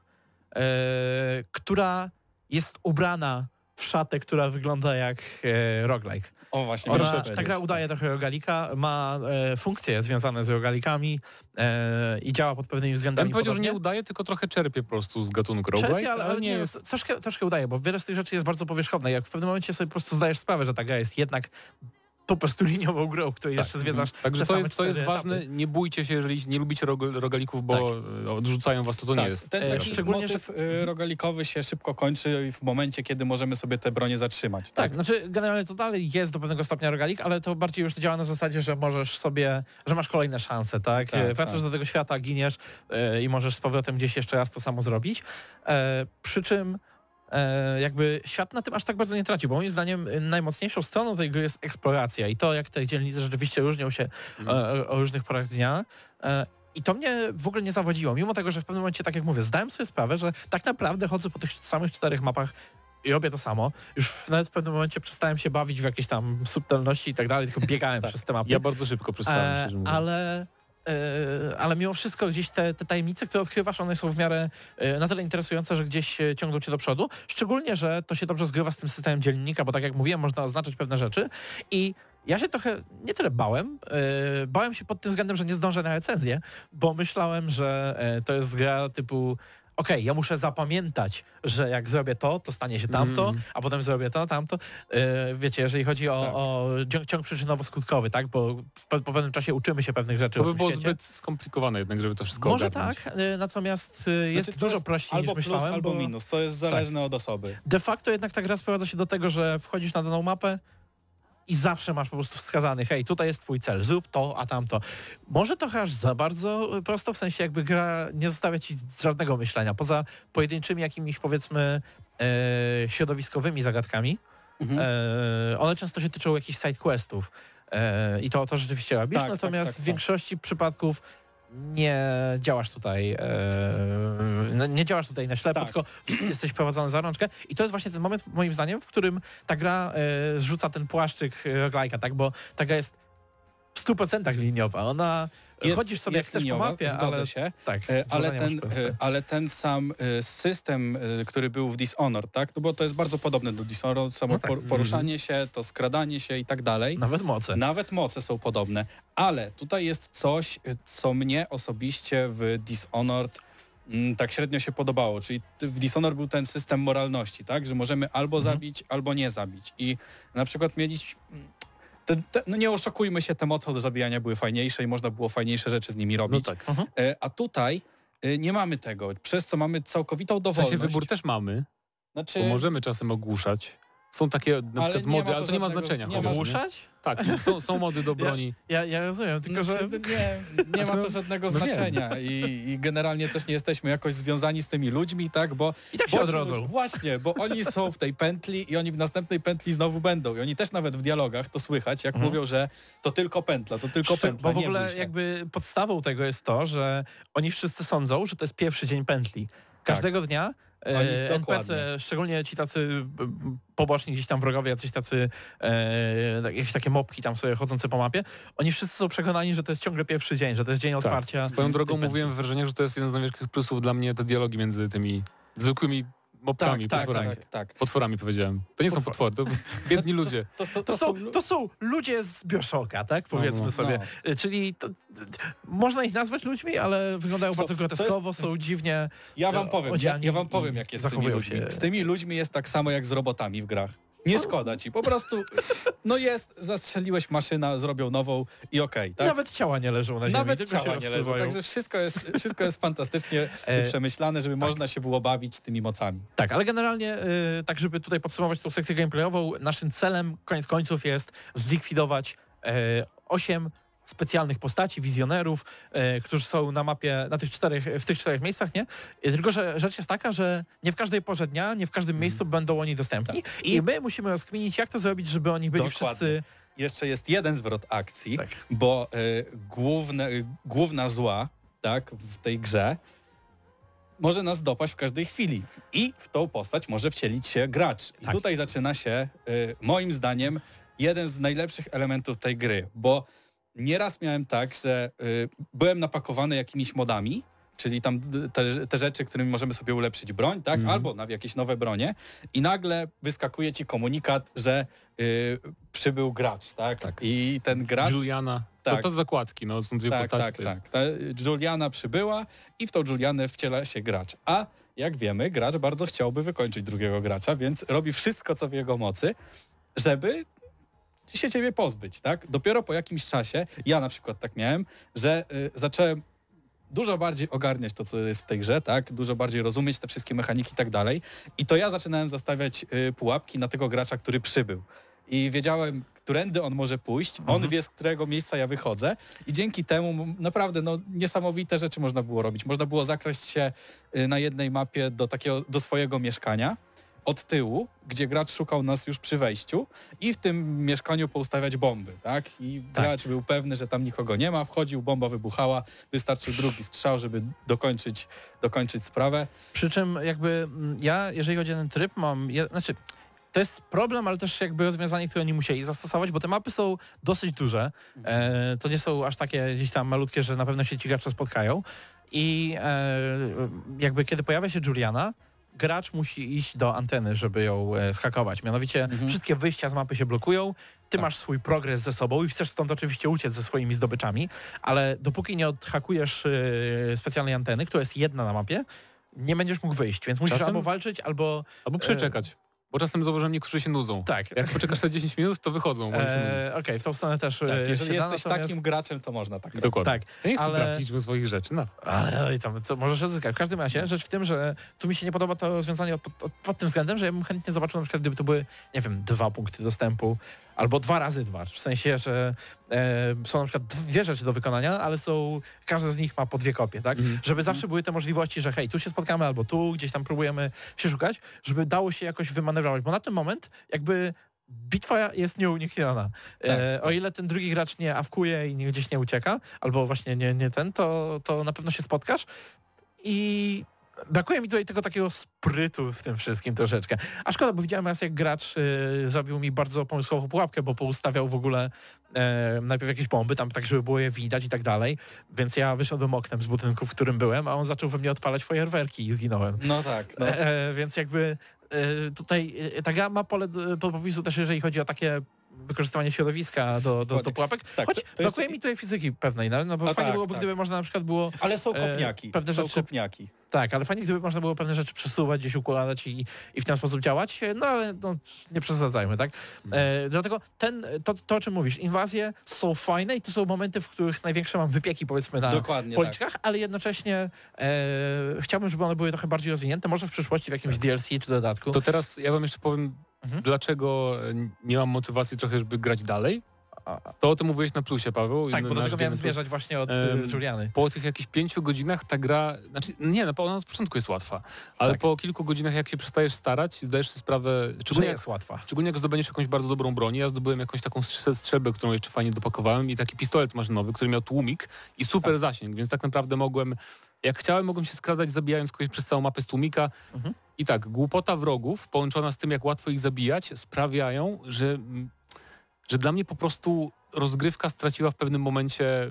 która jest ubrana w szatę, która wygląda jak roguelike. O właśnie, Ta gra udaje trochę rogalika, ma funkcje związane z rogalikami i działa pod pewnymi Ja względami bym powiedział, że podobnie. nie udaje, tylko trochę czerpie po prostu z gatunku Czerpie, roguelike, ale nie nie, jest... troszkę udaje, bo wiele z tych rzeczy jest bardzo powierzchowne. Jak w pewnym momencie sobie po prostu zdajesz sprawę, że ta gra jest jednak po prostu liniową grą, w której jeszcze zwiedzasz Także te to same jest cztery ważne, etapy. nie bójcie się, jeżeli nie lubicie rogalików, bo odrzucają was, to nie jest. Ten taki szczególnie, motyw rogalikowy się szybko kończy w momencie, kiedy możemy sobie te bronie zatrzymać. Tak, znaczy generalnie to dalej jest do pewnego stopnia rogalik, ale to bardziej już działa na zasadzie, że możesz sobie, że masz kolejne szanse, tak? Wracasz do tego świata, giniesz i możesz z powrotem gdzieś jeszcze raz to samo zrobić. Przy czym jakby świat na tym aż tak bardzo nie traci, bo moim zdaniem najmocniejszą stroną tej gry jest eksploracja i to, jak te dzielnice rzeczywiście różnią się o różnych porach dnia. I to mnie w ogóle nie zawodziło, mimo tego, że w pewnym momencie, tak jak mówię, zdałem sobie sprawę, że tak naprawdę chodzę po tych samych 4 mapach i robię to samo. Już nawet w pewnym momencie przestałem się bawić w jakieś tam subtelności i tak dalej, tylko biegałem przez te mapy. Ja bardzo szybko przestałem, szczerze mówiąc. Ale mimo wszystko gdzieś te tajemnice, które odkrywasz, one są w miarę na tyle interesujące, że gdzieś ciągną cię do przodu. Szczególnie, że to się dobrze zgrywa z tym systemem dziennika, bo tak jak mówiłem, można oznaczać pewne rzeczy i ja się trochę nie tyle bałem. Bałem się pod tym względem, że nie zdążę na recenzję, bo myślałem, że to jest gra typu okej, ja muszę zapamiętać, że jak zrobię to, to stanie się tamto, a potem zrobię to, tamto. Wiecie, jeżeli chodzi o ciąg przyczynowo-skutkowy, tak? Bo po pewnym czasie uczymy się pewnych rzeczy. To by w było świecie. zbyt skomplikowane jednak, żeby to wszystko Może ogarnąć. tak, natomiast jest Znaczy, to dużo jest prościej albo niż plus, myślałem. albo bo minus. To jest zależne od osoby. De facto jednak ta gra sprowadza się do tego, że wchodzisz na daną mapę i zawsze masz po prostu wskazany, hej, tutaj jest twój cel, zrób to, a tamto. Może trochę aż za bardzo prosto, w sensie jakby gra nie zostawia ci żadnego myślenia, poza pojedynczymi jakimiś powiedzmy środowiskowymi zagadkami. One często się tyczą jakichś side questów i to rzeczywiście robisz, Tak, natomiast tak. w większości przypadków nie działasz tutaj nie działasz tutaj na ślepo, Tak. tylko jesteś prowadzony za rączkę i to jest właśnie ten moment, moim zdaniem, w którym ta gra zrzuca ten płaszczyk roguelike'a, tak, bo ta gra jest w 100% liniowa, ona chodzisz sobie jak chcesz po mapie, zgodzę ale się. tak, Ale ten sam system, który był w Dishonored, tak? No bo to jest bardzo podobne do Dishonored, samo No tak. poruszanie się, to skradanie się i tak dalej. nawet moce. Nawet moce są podobne, ale tutaj jest coś, co mnie osobiście w Dishonored tak średnio się podobało, czyli w Dishonored był ten system moralności, tak? Że możemy albo zabić, albo nie zabić i na przykład mieliśmy... no nie oszukujmy się, te moce do zabijania były fajniejsze i można było fajniejsze rzeczy z nimi robić. No tak. A tutaj nie mamy tego, przez co mamy całkowitą W dowolność. sensie wybór też mamy, Znaczy, bo możemy czasem ogłuszać. Są takie na Ale przykład nie mody, ma ale to to nie ma żadnego- znaczenia. nie chociaż, ma nie? Ogłuszać? Tak, są mody do broni. Ja rozumiem, tylko że... Nie ma to żadnego no wiem. znaczenia i generalnie też nie jesteśmy jakoś związani z tymi ludźmi, tak, bo... I tak się bo- odrodzą. Właśnie, bo oni są w tej pętli i oni w następnej pętli znowu będą. I oni też nawet w dialogach to słychać, jak mówią, że to tylko pętla, to tylko pętla, Bo w nie ogóle bój się. jakby podstawą tego jest to, że oni wszyscy sądzą, że to jest pierwszy dzień pętli. Każdego dnia Oni- NPC, dokładnie. szczególnie ci tacy poboczni gdzieś tam wrogowie, jacyś tacy jakieś takie mopki tam sobie chodzące po mapie, oni wszyscy są przekonani, że to jest ciągle pierwszy dzień, że to jest dzień otwarcia. Swoją drogą tej pętli. mówiłem w wrażeniach, że to jest jeden z największych plusów dla mnie, te dialogi między tymi zwykłymi mopkami, potworami. Tak. Potworami powiedziałem. To nie są potwory, to biedni ludzie. To są ludzie z Bioshocka, tak? Powiedzmy no. sobie. Czyli można ich nazwać ludźmi, ale wyglądają Co, bardzo to groteskowo, są dziwnie Ja wam powiem, odziani ja wam i powiem, jak jest z tymi zachowują ludźmi. się. Z tymi ludźmi jest tak samo jak z robotami w grach. Nie szkoda ci, po prostu, no jest, zastrzeliłeś maszyna, zrobią nową i okej, tak? Nawet ciała nie leżą na ziemi, Nawet tylko się ciała nie leżą, rozpływają. także wszystko jest fantastycznie przemyślane, żeby można się było bawić tymi mocami. Tak, ale generalnie, tak żeby tutaj podsumować tą sekcję gameplayową, naszym celem koniec końców jest zlikwidować 8 specjalnych postaci, wizjonerów, którzy są na mapie, w tych czterech miejscach, nie? Tylko, że rzecz jest taka, że nie w każdej porze dnia, nie w każdym miejscu będą oni dostępni i my musimy rozkminić, jak to zrobić, żeby oni byli Dokładnie. wszyscy... Jeszcze jest jeden zwrot akcji, Tak. bo główna zła, tak, w tej grze może nas dopaść w każdej chwili i w tą postać może wcielić się gracz. I Tak. tutaj zaczyna się, moim zdaniem, jeden z najlepszych elementów tej gry, bo nieraz miałem tak, że byłem napakowany jakimiś modami, czyli tam te rzeczy, którymi możemy sobie ulepszyć broń, tak? Albo jakieś nowe bronie i nagle wyskakuje ci komunikat, że przybył gracz, tak? I ten gracz... Juliana. Tak. To zakładki, no są dwie postaci. Tak, tutaj. tak. Ta Juliana przybyła i w tą Julianę wciela się gracz. A jak wiemy, gracz bardzo chciałby wykończyć drugiego gracza, więc robi wszystko, co w jego mocy, żeby się ciebie pozbyć, tak? Dopiero po jakimś czasie, ja na przykład tak miałem, że zacząłem dużo bardziej ogarniać to, co jest w tej grze, tak? Dużo bardziej rozumieć te wszystkie mechaniki i tak dalej. I to ja zaczynałem zastawiać pułapki na tego gracza, który przybył. I wiedziałem, którędy on może pójść, on wie, z którego miejsca ja wychodzę i dzięki temu naprawdę niesamowite rzeczy można było robić. Można było zakraść się na jednej mapie do swojego mieszkania od tyłu, gdzie gracz szukał nas już przy wejściu i w tym mieszkaniu poustawiać bomby, tak? I gracz był pewny, że tam nikogo nie ma, wchodził, bomba wybuchała, wystarczył drugi strzał, żeby dokończyć sprawę. Przy czym jakby ja, jeżeli chodzi o ten tryb, to jest problem, ale też jakby rozwiązanie, które oni musieli zastosować, bo te mapy są dosyć duże. To nie są aż takie gdzieś tam malutkie, że na pewno się ci gracze spotkają. I jakby kiedy pojawia się Juliana, gracz musi iść do anteny, żeby ją zhakować. Mianowicie wszystkie wyjścia z mapy się blokują, ty masz swój progres ze sobą i chcesz stąd oczywiście uciec ze swoimi zdobyczami, ale dopóki nie odhakujesz specjalnej anteny, która jest jedna na mapie, nie będziesz mógł wyjść, więc musisz Czasem- albo walczyć, albo... Albo przeczekać. Bo czasem zauważyłem, niektórzy się nudzą. Tak. Jak poczekasz te 10 minut, to wychodzą. bo oni się nudzą. Okej, w tą stronę też Tak, jeżeli się da, jesteś natomiast- takim graczem, to można tak robić. Dokładnie. Tak, Ja nie chcę ale- tracić swoich rzeczy. No. Ale i tam, co możesz odzyskać. W każdym razie rzecz w tym, że tu mi się nie podoba to rozwiązanie pod tym względem, że ja bym chętnie zobaczył na przykład, gdyby to były, nie wiem, 2 punkty dostępu albo 2 razy 2. W sensie, że są na przykład 2 rzeczy do wykonania, ale każda z nich ma po 2 kopie, tak? Żeby zawsze były te możliwości, że hej, tu się spotkamy albo tu, gdzieś tam próbujemy się szukać, żeby dało się jakoś wymanewrować, bo na ten moment jakby bitwa jest nieunikniona. O ile ten drugi gracz nie awkuje i gdzieś nie ucieka, albo właśnie nie ten, to na pewno się spotkasz i brakuje mi tutaj tego takiego sprytu w tym wszystkim troszeczkę. A szkoda, bo widziałem raz, jak gracz zrobił mi bardzo pomysłową pułapkę, bo poustawiał w ogóle najpierw jakieś bomby, tam tak, żeby było je widać i tak dalej, więc ja wyszedłem oknem z budynku, w którym byłem, a on zaczął we mnie odpalać fajerwerki i zginąłem. No tak. No. Więc jakby tutaj ta gra ma pole do popisu też, jeżeli chodzi o takie wykorzystywanie środowiska do pułapek. Tak, Choć to jeszcze- brakuje mi tutaj fizyki pewnej, no bo No fajnie tak, byłoby, tak. gdyby można na przykład było... Ale są kopniaki. pewne Są rzeczy- kopniaki. Tak, ale fajnie, gdyby można było pewne rzeczy przesuwać, gdzieś układać i w ten sposób działać, no ale nie przesadzajmy, tak? Dlatego to, o czym mówisz, inwazje są fajne i to są momenty, w których największe mam wypieki, powiedzmy, na Dokładnie policzkach, ale jednocześnie chciałbym, żeby one były trochę bardziej rozwinięte, może w przyszłości w jakimś DLC czy dodatku. To teraz ja wam jeszcze powiem dlaczego nie mam motywacji trochę, żeby grać dalej. To o tym mówiłeś na plusie, Paweł. Tak, bo do Nasz tego miałem Game Plus. zmierzać właśnie od Juliany. Po tych jakichś 5 godzinach ta gra, znaczy nie, ona od początku jest łatwa, ale Tak. po kilku godzinach jak się przestajesz starać, zdajesz sobie sprawę, Że jest łatwa. szczególnie jak zdobędziesz jakąś bardzo dobrą broń. Ja zdobyłem jakąś taką strzelbę, którą jeszcze fajnie dopakowałem i taki pistolet maszynowy, który miał tłumik i super zasięg, więc tak naprawdę jak chciałem, mogłem się skradać zabijając kogoś przez całą mapę z tłumika. I tak, głupota wrogów połączona z tym, jak łatwo ich zabijać, sprawiają, że dla mnie po prostu rozgrywka straciła w pewnym momencie,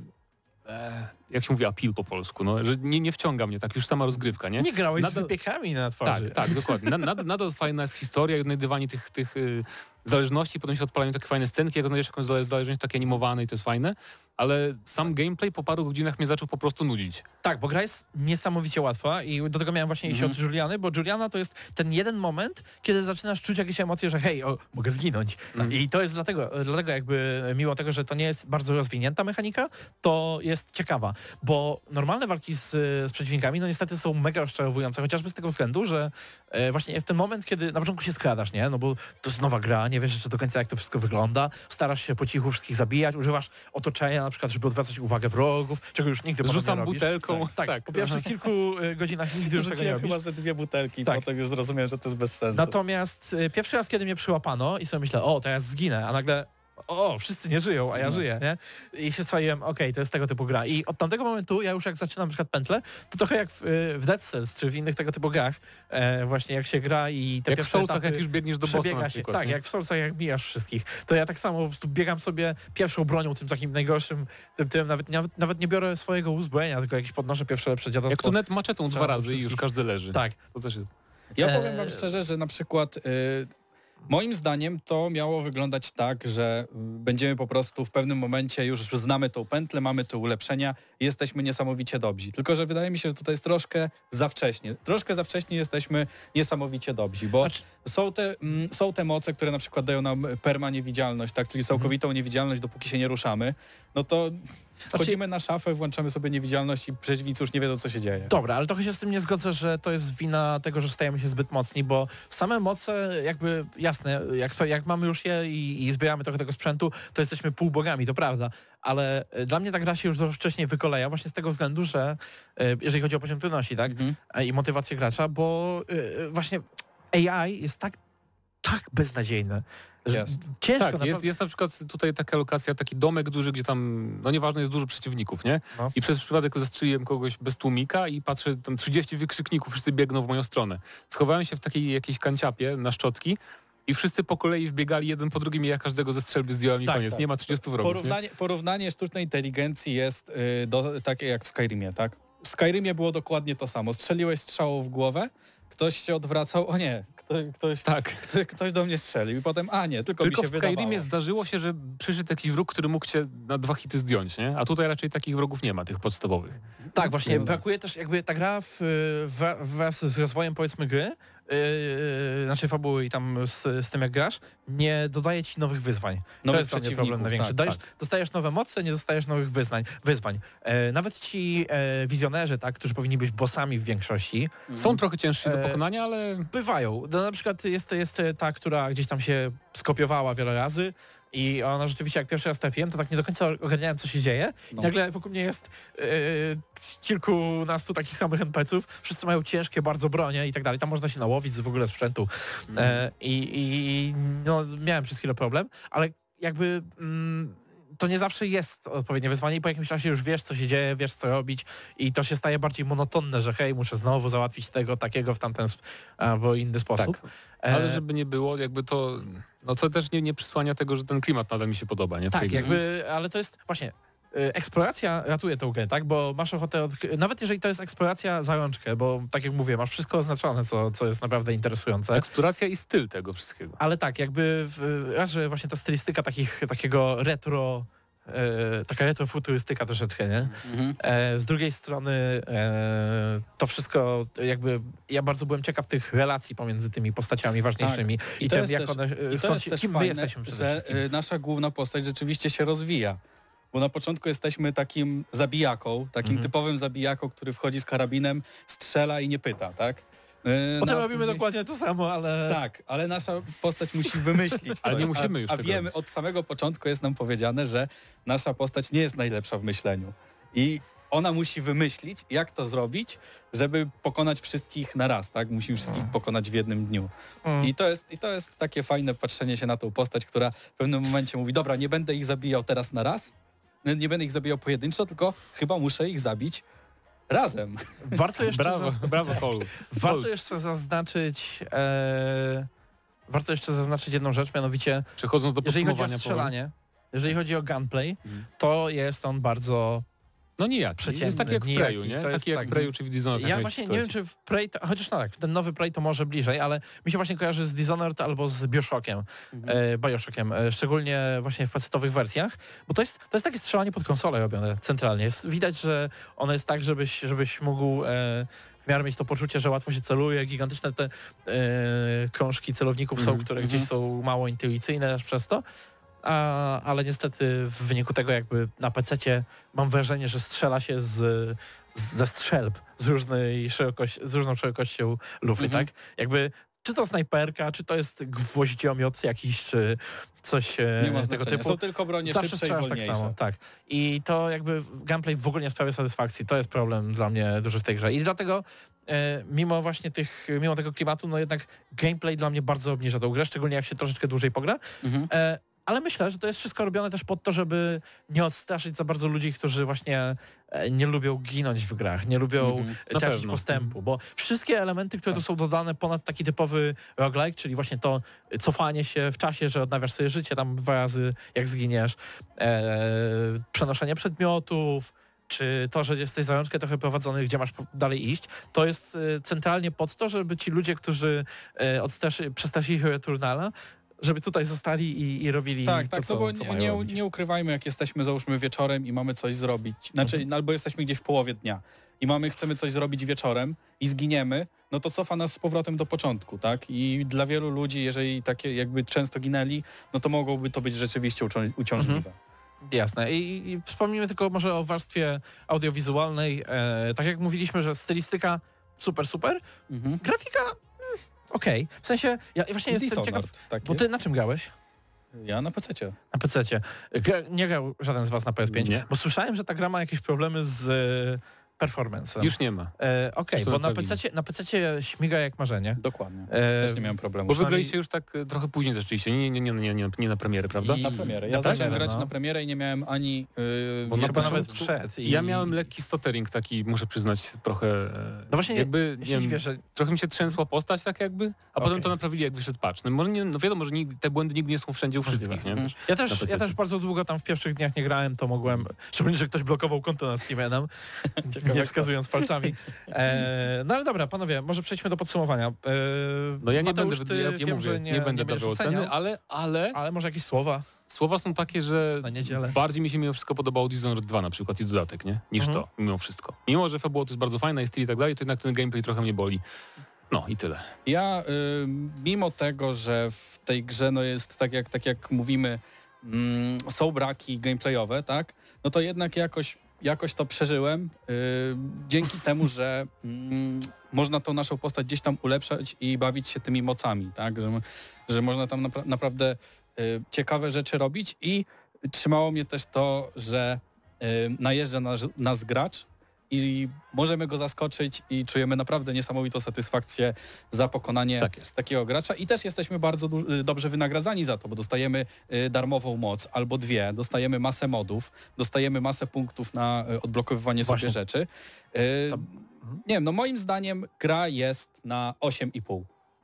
jak się mówi, appeal po polsku, no, że nie wciąga mnie tak już sama rozgrywka, nie? Nie grałeś z Nadal- wypiekami na twarzy. Tak, dokładnie. Nadal fajna jest historia i odnajdywanie tych zależności, potem się odpalają takie fajne scenki, jak znajdziesz jakąś zależność takie animowane i to jest fajne, ale sam gameplay po paru godzinach mnie zaczął po prostu nudzić. Tak, bo gra jest niesamowicie łatwa i do tego miałem właśnie iść od Juliany, bo Juliana to jest ten jeden moment, kiedy zaczynasz czuć jakieś emocje, że hej, mogę zginąć. I to jest dlatego jakby, mimo tego, że to nie jest bardzo rozwinięta mechanika, to jest ciekawa, bo normalne walki z przeciwnikami, no niestety są mega rozczarowujące, chociażby z tego względu, że właśnie jest ten moment, kiedy na początku się skradasz, nie? No bo to jest nowa gra, nie wiesz jeszcze do końca, jak to wszystko wygląda, starasz się po cichu wszystkich zabijać, używasz otoczenia na przykład, żeby odwracać uwagę wrogów, czego już nigdy potem Rzucam nie robisz. butelką. Tak, po pierwszych kilku godzinach nigdy już tego nie Rzuciłem robisz. chyba ze 2 butelki i Tak. potem już zrozumiałem, że to jest bez sensu. Natomiast pierwszy raz, kiedy mnie przyłapano i sobie myślę, teraz zginę, a nagle wszyscy nie żyją, a ja żyję, nie? I się strzeliłem, to jest tego typu gra. I od tamtego momentu ja już jak zaczynam na przykład pętlę, to trochę jak w Dead Cells, czy w innych tego typu grach, właśnie jak się gra i te Jak w pierwsze Soulsach, etapy jak już biegniesz do bossa przebiega na się. przykład. Tak, nie? jak w Soulsach, jak mijasz wszystkich. To ja tak samo po prostu biegam sobie pierwszą bronią, tym takim najgorszym, tym nawet nie biorę swojego uzbrojenia, tylko jakieś podnoszę pierwsze lepsze dziadostwo. Jak tu net maczetą 2 Strzelam razy i już wszystkich. każdy leży. Tak. To też jest... Ja powiem wam szczerze, że na przykład moim zdaniem to miało wyglądać tak, że będziemy po prostu w pewnym momencie już znamy tą pętlę, mamy te ulepszenia i jesteśmy niesamowicie dobrzy. Tylko że wydaje mi się, że tutaj jest troszkę za wcześnie. Troszkę za wcześnie jesteśmy niesamowicie dobrzy, bo są te moce, które na przykład dają nam permaniewidzialność, tak, czyli całkowitą niewidzialność, dopóki się nie ruszamy. No to wchodzimy na szafę, włączamy sobie niewidzialność i przeciwnicy już nie wiedzą, co się dzieje. Dobra, ale trochę się z tym nie zgodzę, że to jest wina tego, że stajemy się zbyt mocni, bo same moce jakby, jasne, jak mamy już je i zbieramy trochę tego sprzętu, to jesteśmy półbogami, to prawda, ale dla mnie ta gra się już dużo wcześniej wykoleja właśnie z tego względu, że jeżeli chodzi o poziom trudności, tak, i motywację gracza, bo właśnie AI jest tak beznadziejne. Jest. Ciężko Tak, naprawdę. jest na przykład tutaj taka lokacja, taki domek duży, gdzie tam, no nieważne, jest dużo przeciwników, nie? No. I przez przypadek zestrzeliłem kogoś bez tłumika i patrzę, tam 30 wykrzykników, wszyscy biegną w moją stronę. Schowałem się w takiej jakiejś kanciapie na szczotki i wszyscy po kolei wbiegali jeden po drugim i ja każdego ze strzelby zdjąłem i Tak, koniec. tak. Nie ma 30 wrogów, nie? Porównanie sztucznej inteligencji jest takie jak w Skyrimie, tak? W Skyrimie było dokładnie to samo. Strzeliłeś strzałą w głowę, ktoś się odwracał, o nie, ktoś do mnie strzelił i potem, tylko mi Tylko się w Skyrimie wydawało. zdarzyło się, że przyszedł jakiś wróg, który mógł cię na 2 hity zdjąć, nie? A tutaj raczej takich wrogów nie ma, tych podstawowych. Tak, właśnie, brakuje też jakby ta gra wraz z rozwojem powiedzmy gry, znaczy fabuły i tam z tym jak grasz, nie dodaje ci nowych wyzwań. Nowych To jest dla mnie przeciwników, problem największy. tak. Dostajesz nowe moce, nie dostajesz nowych wyzwań. Nawet ci wizjonerzy, tak, którzy powinni być bossami w większości, Są trochę ciężsi do pokonania, ale bywają. No, na przykład jest ta, która gdzieś tam się skopiowała wiele razy i ona rzeczywiście, jak pierwszy raz trafiłem, to tak nie do końca ogarniałem, co się dzieje. I nagle wokół mnie jest kilkunastu takich samych NPC-ów, wszyscy mają ciężkie bardzo bronie i tak dalej. Tam można się nałowić z w ogóle sprzętu. No, miałem przez chwilę problem, ale jakby to nie zawsze jest odpowiednie wyzwanie i po jakimś czasie już wiesz, co się dzieje, wiesz, co robić i to się staje bardziej monotonne, że hej, muszę znowu załatwić tego, takiego w tamten albo inny sposób. Tak. Ale żeby nie było, jakby to... No to też nie przysłania tego, że ten klimat nadal mi się podoba, nie? w tej Tak, grze. jakby, ale to jest właśnie... Eksploracja ratuje tę grę, tak? Bo masz ochotę, nawet jeżeli to jest eksploracja za rączkę, bo tak jak mówię, masz wszystko oznaczone, co jest naprawdę interesujące. Eksploracja i styl tego wszystkiego. Ale tak, jakby raz, że właśnie ta stylistyka takiego retro, taka retrofuturystyka troszeczkę, nie? Z drugiej strony to wszystko jakby, ja bardzo byłem ciekaw tych relacji pomiędzy tymi postaciami ważniejszymi i tym, jak one, kim my jesteśmy przede że wszystkim. nasza główna postać rzeczywiście się rozwija. Bo na początku jesteśmy takim zabijaką, takim typowym zabijaką, który wchodzi z karabinem, strzela i nie pyta, tak? Potem No, robimy później- dokładnie to samo, ale... Tak, ale nasza postać musi wymyślić Ale coś. nie musimy już A tego wiemy, robić. od samego początku jest nam powiedziane, że nasza postać nie jest najlepsza w myśleniu. I ona musi wymyślić, jak to zrobić, żeby pokonać wszystkich na raz, tak? Musimy wszystkich pokonać w jednym dniu. I to jest takie fajne patrzenie się na tą postać, która w pewnym momencie mówi, dobra, nie będę ich zabijał teraz na raz, nie będę ich zabijał pojedynczo, tylko chyba muszę ich zabić razem. Warto jeszcze, Brawo, Cole. warto jeszcze zaznaczyć... warto jeszcze zaznaczyć jedną rzecz, mianowicie Przechodząc do jeżeli chodzi o podsumowania, strzelanie, jeżeli chodzi o gunplay, Mhm. to jest on bardzo... no nijaki. przeciętny, Jest taki jak w nijaki. Preju, nie? To jest Taki jak tak. w Preju czy w Dishonored. Ja właśnie nie wiem, czy w Prey, chociaż no tak, ten nowy Prey to może bliżej, ale mi się właśnie kojarzy z Dishonored albo z Bioshockiem, Bioshockiem, szczególnie właśnie w pecetowych wersjach, bo to jest takie strzelanie pod konsolę robione centralnie. Widać, że ono jest tak, żebyś mógł w miarę mieć to poczucie, że łatwo się celuje, gigantyczne te krążki celowników są, które gdzieś są mało intuicyjne aż przez to. Ale niestety w wyniku tego jakby na PC-cie mam wrażenie, że strzela się ze strzelb z różną szerokością lufy, tak? Jakby czy to snajperka, czy to jest gwoździomiot jakiś, czy coś Nie ma z tego znaczenia. typu. Są tylko bronie Zawsze szybsze i strzelasz tak wolniejsze. samo, tak. I to jakby gameplay w ogóle nie sprawia satysfakcji. To jest problem dla mnie duży w tej grze. I dlatego mimo tego klimatu, no jednak gameplay dla mnie bardzo obniża tą grę, szczególnie jak się troszeczkę dłużej pogra. Ale myślę, że to jest wszystko robione też pod to, żeby nie odstraszyć za bardzo ludzi, którzy właśnie nie lubią ginąć w grach, nie lubią Na tracić pewno. postępu, bo wszystkie elementy, które tu są dodane ponad taki typowy roguelike, czyli właśnie to cofanie się w czasie, że odnawiasz sobie życie tam 2 razy jak zginiesz, przenoszenie przedmiotów, czy to, że jesteś za rączkę trochę prowadzony, gdzie masz dalej iść, to jest centralnie pod to, żeby ci ludzie, którzy przestraszyli Returnala, żeby tutaj zostali i robili Tak, to, tak, co, no bo co mają robić. nie ukrywajmy, jak jesteśmy załóżmy wieczorem i mamy coś zrobić, znaczy albo jesteśmy gdzieś w połowie dnia i chcemy coś zrobić wieczorem i zginiemy, no to cofa nas z powrotem do początku, tak? I dla wielu ludzi, jeżeli takie jakby często ginęli, no to mogłoby to być rzeczywiście uciążliwe. Jasne. I wspomnijmy tylko może o warstwie audiowizualnej. Tak jak mówiliśmy, że stylistyka super, grafika okej. W sensie, ja właśnie jestem ciekaw, Dishonored, tak bo jest? ty na czym grałeś? Ja na PC-cie. Na PC-cie. Nie grał żaden z was na PS5? Nie. Bo słyszałem, że ta gra ma jakieś problemy z performance. Już nie ma. Okej, to bo naprawili. na PC-cie śmiga jak marzenie. Dokładnie. E, Też nie miałem problemu. Bo wygraliście już tak trochę później zaczęliście, nie na premierę, prawda? Na premierę. Ja Na zacząłem premierę, grać no. na premierę i nie miałem ani... Bo Chyba na nawet początku wszedł. Ja miałem lekki stuttering taki, muszę przyznać, trochę... No właśnie, jakby, jeśli nie wiem, wiesz, że trochę mi się trzęsła postać tak jakby, a potem to naprawili jak wyszedł patch. No może nie, no wiadomo, że te błędy nigdy nie są wszędzie u wszystkich, nie? Też. Ja na też PC-cie. bardzo długo tam w pierwszych dniach nie grałem, to mogłem, szczególnie, że ktoś blokował konto na Steamie, nie wskazując palcami. No ale dobra, panowie, może przejdźmy do podsumowania. No ja nie Mateusz, będę, ty ja wiem, mówię, że nie będę będziesz dawał oceniał, oceny, ale ale może jakieś słowa słowa są takie, że na niedzielę. bardziej mi się mimo wszystko podobało Dishonored 2 na przykład i dodatek, nie? Niż to, mimo wszystko. Mimo, że fabuła to jest bardzo fajna, jest styl i tak dalej, to jednak ten gameplay trochę mnie boli. No i tyle. Ja mimo tego, że w tej grze no jest tak jak mówimy, są braki gameplayowe, tak? No to jednak jakoś to przeżyłem dzięki temu, że można tą naszą postać gdzieś tam ulepszać i bawić się tymi mocami, tak? Że można tam naprawdę ciekawe rzeczy robić i trzymało mnie też to, że najeżdża nas gracz i możemy go zaskoczyć i czujemy naprawdę niesamowitą satysfakcję za pokonanie takiego gracza i też jesteśmy bardzo dobrze wynagradzani za to, bo dostajemy darmową moc albo 2, dostajemy masę modów, dostajemy masę punktów na odblokowywanie sobie rzeczy. Nie wiem, no moim zdaniem gra jest na 8,5.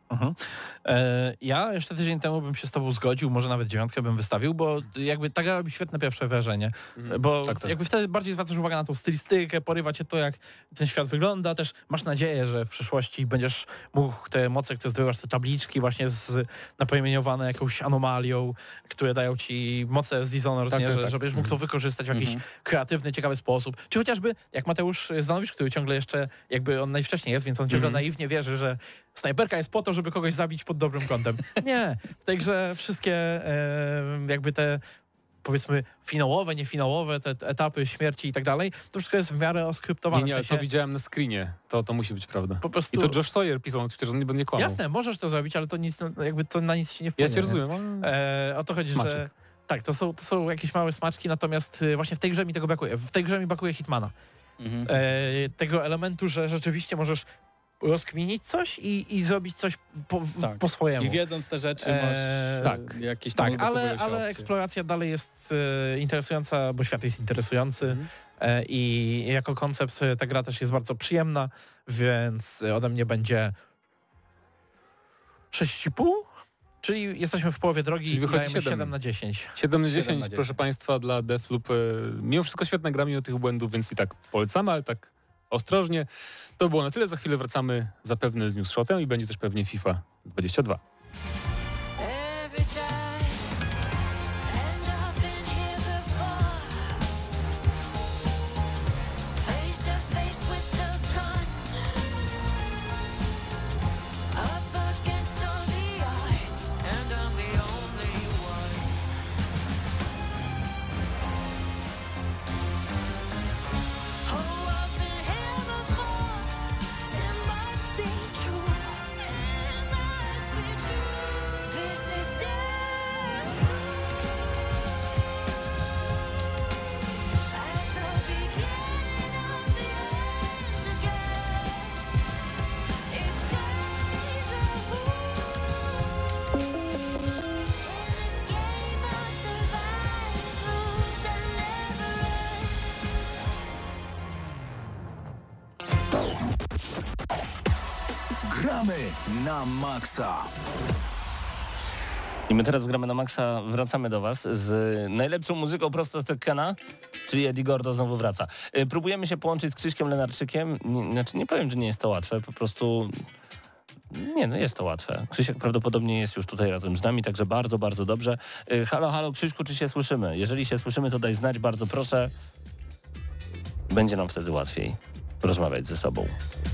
Ja jeszcze tydzień temu bym się z tobą zgodził, może nawet 9 bym wystawił, bo jakby ta gra robi świetne pierwsze wrażenie, bo jakby wtedy bardziej zwracasz uwagę na tą stylistykę, porywa cię to, jak ten świat wygląda, też masz nadzieję, że w przyszłości będziesz mógł te moce, które zdobywasz, te tabliczki właśnie napromieniowane jakąś anomalią, które dają ci moce z Dishonored, że będziesz mógł to wykorzystać w jakiś kreatywny, ciekawy sposób, czy chociażby jak Mateusz Zdanowicz, który ciągle jeszcze jakby on najwcześniej jest, więc on ciągle naiwnie wierzy, że snajperka jest po to, żeby kogoś zabić pod dobrym kątem. Nie. W tej grze wszystkie jakby te powiedzmy finałowe, niefinałowe, te etapy śmierci i tak dalej, to wszystko jest w miarę oskryptowane. Nie, w ale sensie, to widziałem na screenie. To musi być prawda. po prostu... I to Josh Sawyer pisał na Twitterze, że on nie kłamał. Jasne, możesz to zrobić, ale to nic, jakby to na nic się nie wpłynie. Ja cię rozumiem, ale... O to chodzi, Smaczek. że tak, to są jakieś małe smaczki, natomiast właśnie w tej grze mi tego brakuje. W tej grze mi brakuje Hitmana. Tego elementu, że rzeczywiście możesz rozkminić coś i zrobić coś po swojemu. I wiedząc te rzeczy masz jakieś tam ale opcje. eksploracja dalej jest interesująca, bo świat jest interesujący i jako koncept ta gra też jest bardzo przyjemna, więc ode mnie będzie 6,5? Czyli jesteśmy w połowie drogi Czyli i wychodzi dajemy 7. 7 na 10. 7 na 10, 7 na 10. proszę Państwa, dla Deathloop. Mimo wszystko świetna gra, mimo tych błędów, więc i tak polecamy, ale tak ostrożnie. To było na tyle, za chwilę wracamy zapewne z newsshotem i będzie też pewnie FIFA 22. Gramy na maksa. I my teraz w Gramy na Maxa wracamy do Was z najlepszą muzyką prosto z Tekkena, czyli Eddie Gordo znowu wraca. Próbujemy się połączyć z Krzyśkiem Lenarczykiem. Nie powiem, że nie jest to łatwe, po prostu... Nie, no jest to łatwe. Krzysiek prawdopodobnie jest już tutaj razem z nami, także bardzo, bardzo dobrze. Halo, halo Krzyśku, czy się słyszymy? Jeżeli się słyszymy, to daj znać, bardzo proszę. Będzie nam wtedy łatwiej rozmawiać ze sobą.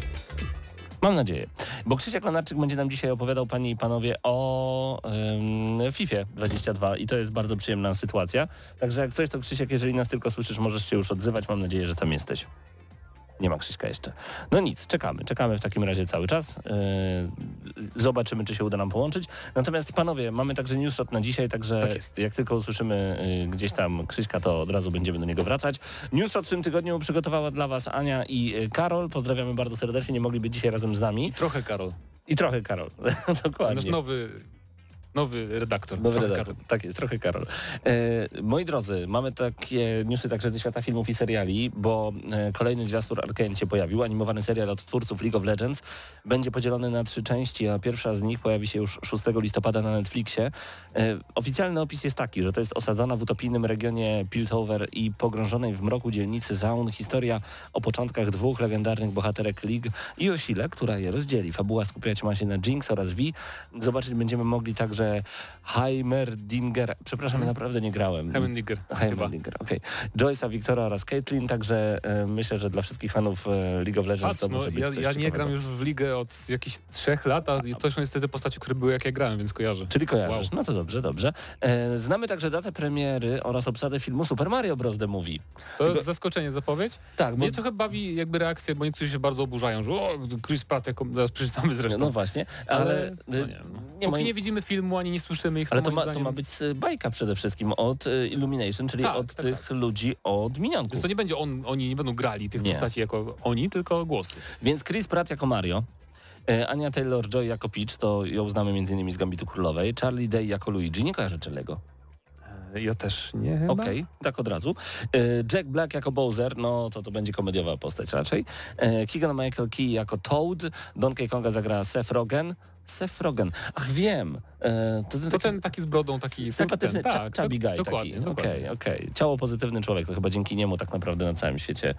Mam nadzieję. Bo Krzysiek Lenarczyk będzie nam dzisiaj opowiadał, panie i panowie, o FIFA 22 i to jest bardzo przyjemna sytuacja. Także jak coś, to Krzysiek, jeżeli nas tylko słyszysz, możesz się już odzywać. Mam nadzieję, że tam jesteś. Nie ma Krzyśka jeszcze. No nic, czekamy w takim razie cały czas. Zobaczymy, czy się uda nam połączyć. Natomiast panowie, mamy także newsshot na dzisiaj, także jak tylko usłyszymy gdzieś tam Krzyśka, to od razu będziemy do niego wracać. Newsshot w tym tygodniu przygotowała dla was Ania i Karol. Pozdrawiamy bardzo serdecznie, nie mogli być dzisiaj razem z nami. Trochę Karol. I trochę Karol, dokładnie. Nasz nowy redaktor. Nowy Trochę redaktor. Karol. Tak jest, trochę Karol. Moi drodzy, mamy takie newsy także ze świata filmów i seriali, bo kolejny zwiastun Arcane się pojawił. Animowany serial od twórców League of Legends będzie podzielony na 3 części, a pierwsza z nich pojawi się już 6 listopada na Netflixie. Oficjalny opis jest taki, że to jest osadzona w utopijnym regionie Piltover i pogrążonej w mroku dzielnicy Zaun historia o początkach 2 legendarnych bohaterek League i o sile, która je rozdzieli. Fabuła skupiać ma się na Jinx oraz Vi. Zobaczyć będziemy mogli także Heimerdinger, przepraszam, ja naprawdę nie grałem. Heimerdinger, okej. Joyce'a, Wiktora oraz Caitlyn, także myślę, że dla wszystkich fanów League of Legends to może być coś ja nie ciekawego. gram już w ligę od jakichś 3 lat, a to są niestety postaci, które były jak ja grałem, więc kojarzę. Czyli kojarzysz. Wow. No to dobrze, dobrze. Znamy także datę premiery oraz obsadę filmu Super Mario Bros. The Movie. To jest zaskoczenie, zapowiedź? Tak, bo... Mnie trochę bawi jakby reakcje, bo niektórzy się bardzo oburzają, że o, Chris Pratt, zaraz przeczytamy zresztą. No właśnie, ale Póki nie widzimy filmu, ani nie słyszymy ich, ale to ma być bajka przede wszystkim od Illumination, czyli od tych ludzi od Minionków. Więc to nie będzie oni nie będą grali tych postaci jako oni, tylko głosy. Więc Chris Pratt jako Mario, Anya Taylor-Joy jako Peach, to ją znamy m.in. z Gambitu Królowej, Charlie Day jako Luigi, nie kojarzę Charlie'ego. Ja też nie. Okej, tak od razu. Jack Black jako Bowser, no to będzie komediowa postać raczej. Keegan Michael Key jako Toad, Donkey Konga zagra Seth Rogen. Ach wiem. To ten taki z brodą, taki sympatyczny, chubby guy dokładnie, taki. Okej. Ciało pozytywny człowiek, to chyba dzięki niemu tak naprawdę na całym świecie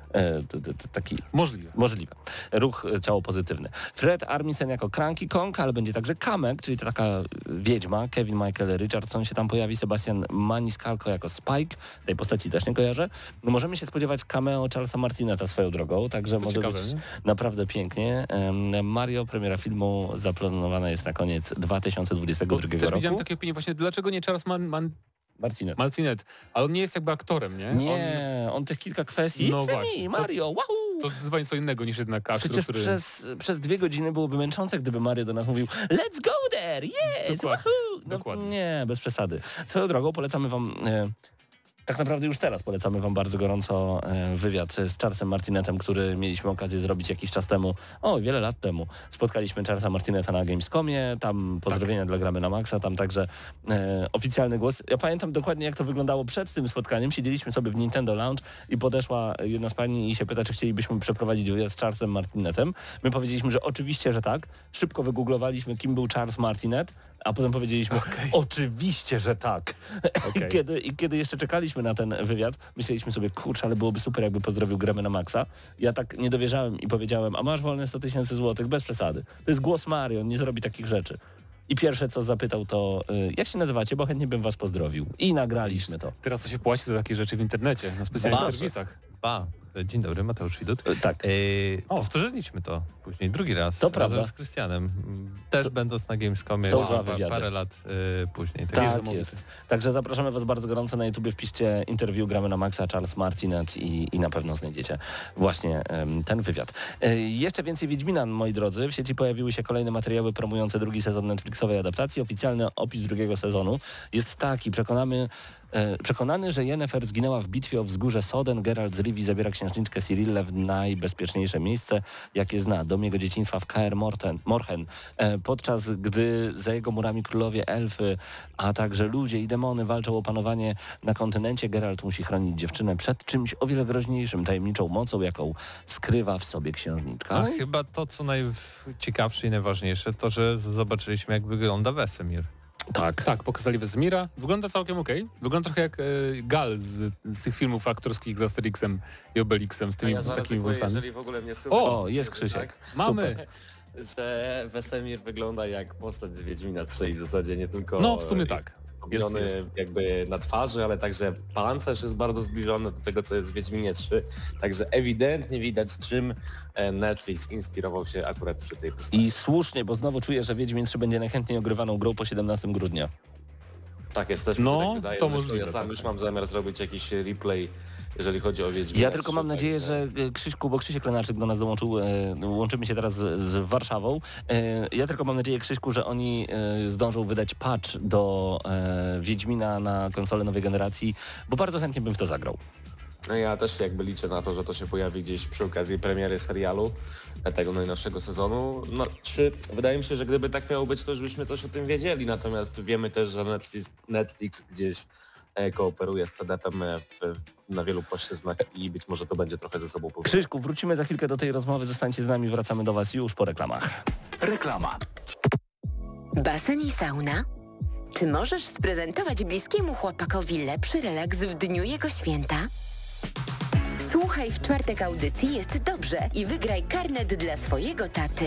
taki... Możliwe. Ruch ciało pozytywny. Fred Armisen jako Cranky Kong, ale będzie także Kamek, czyli to taka wiedźma. Kevin Michael Richardson się tam pojawi. Sebastian Maniscalco jako Spike. Tej postaci też nie kojarzę. No, możemy się spodziewać cameo Charlesa Martineta swoją drogą, także to może ciekawe, być naprawdę pięknie. Mario, premiera filmu zaplanowana jest na koniec 2022 roku. Też widziałem takie opinie właśnie, dlaczego nie Charles Martinet. Ale on nie jest jakby aktorem, nie? Nie, on tych kilka kwestii. No It's właśnie, me, Mario, wahoo! To zdecydowanie co innego niż jednak aktor, Przecież który... przez 2 godziny byłoby męczące, gdyby Mario do nas mówił let's go there, yes, Dokładnie, wahoo! No, dokładnie. nie, bez przesady. Swoją drogą polecamy wam... Tak naprawdę już teraz polecamy wam bardzo gorąco wywiad z Charlesem Martinetem, który mieliśmy okazję zrobić jakiś czas temu, wiele lat temu. Spotkaliśmy Charlesa Martineta na Gamescomie, tam pozdrowienia dla Gramy na Maxa, tam także oficjalny głos. Ja pamiętam dokładnie, jak to wyglądało przed tym spotkaniem. Siedzieliśmy sobie w Nintendo Lounge i podeszła jedna z pani i się pyta, czy chcielibyśmy przeprowadzić wywiad z Charlesem Martinetem. My powiedzieliśmy, że oczywiście, że tak. Szybko wygooglowaliśmy, kim był Charles Martinet, a potem powiedzieliśmy, oczywiście, że tak. I kiedy jeszcze czekaliśmy na ten wywiad, myśleliśmy sobie, kurczę, ale byłoby super, jakby pozdrowił Gramy na Maxa. Ja tak nie dowierzałem i powiedziałem, a masz wolne 100 000 złotych, bez przesady. To jest głos Mario, on nie zrobi takich rzeczy. I pierwsze, co zapytał, to jak się nazywacie, bo chętnie bym was pozdrowił. I nagraliśmy to. Teraz to się płaci za takie rzeczy w internecie, na specjalnych serwisach. Dzień dobry, Mateusz Widut. Tak. Powtórzyliśmy to później drugi raz To razem prawda. z Krystianem. Też będąc na Gamescomie Są 2 wywiady. parę lat później. Tak jest. Także zapraszamy was bardzo gorąco na YouTubie, wpiszcie interview Gramy na Maxa, Charles Martinet i na pewno znajdziecie właśnie ten wywiad. Jeszcze więcej Wiedźmina, moi drodzy. W sieci pojawiły się kolejne materiały promujące 2. sezon Netflixowej adaptacji. Oficjalny opis 2. sezonu jest taki. Przekonany, że Yennefer zginęła w bitwie o wzgórze Soden, Geralt z Rivii zabiera księżniczkę Cyrillę w najbezpieczniejsze miejsce, jakie zna, dom jego dzieciństwa w Kaer Morhen. Podczas gdy za jego murami królowie, elfy, a także ludzie i demony walczą o panowanie na kontynencie, Geralt musi chronić dziewczynę przed czymś o wiele groźniejszym, tajemniczą mocą, jaką skrywa w sobie księżniczka. A chyba to, co najciekawsze i najważniejsze, to, że zobaczyliśmy, jak wygląda Wesemir. Tak, pokazali Wesemira. Wygląda całkiem okej. Wygląda trochę jak Gal z tych filmów aktorskich z Asterixem i Obelixem, z tymi takimi włosami. Jeżeli w ogóle mnie słychać. O, jest Krzysiek. Tak? Mamy! Że Wesemir wygląda jak postać z Wiedźmina 3 i w zasadzie nie tylko... No, w sumie tak. Jest. Jakby na twarzy, ale także pancerz jest bardzo zbliżony do tego, co jest w Wiedźminie 3. Także ewidentnie widać, czym Netflix inspirował się akurat przy tej postaci. I słusznie, bo znowu czuję, że Wiedźmin 3 będzie najchętniej ogrywaną grą po 17 grudnia. Tak jest, też mi się tak wydaje. To Zresztą możliwe, ja sam tak. już mam zamiar zrobić jakiś replay, jeżeli chodzi o Wiedźmina. Ja tylko mam nadzieję, że Krzyśku, bo Krzysiek Lenarczyk do nas dołączył, łączymy się teraz z Warszawą. Ja tylko mam nadzieję, Krzyśku, że oni zdążą wydać patch do Wiedźmina na konsolę nowej generacji, bo bardzo chętnie bym w to zagrał. No ja też jakby liczę na to, że to się pojawi gdzieś przy okazji premiery serialu tego najnowszego sezonu. No, wydaje mi się, że gdyby tak miało być, to już byśmy coś o tym wiedzieli, natomiast wiemy też, że Netflix gdzieś kooperuje z CD-tem na wielu płaszczyznach i być może to będzie trochę ze sobą powiązane. Krzyśku, wrócimy za chwilkę do tej rozmowy, zostańcie z nami, wracamy do was już po reklamach. Reklama. Basen i sauna? Czy możesz sprezentować bliskiemu chłopakowi lepszy relaks w dniu jego święta? Słuchaj w czwartek audycji Jest Dobrze i wygraj karnet dla swojego taty.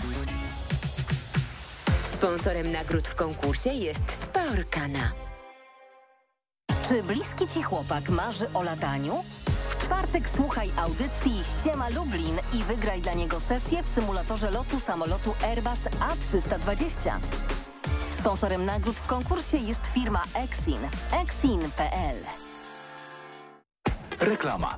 Sponsorem nagród w konkursie jest Spa Orkana. Czy bliski ci chłopak marzy o lataniu? W czwartek słuchaj audycji Siema Lublin i wygraj dla niego sesję w symulatorze lotu samolotu Airbus A320. Sponsorem nagród w konkursie jest firma Exin. Exin.pl. Reklama.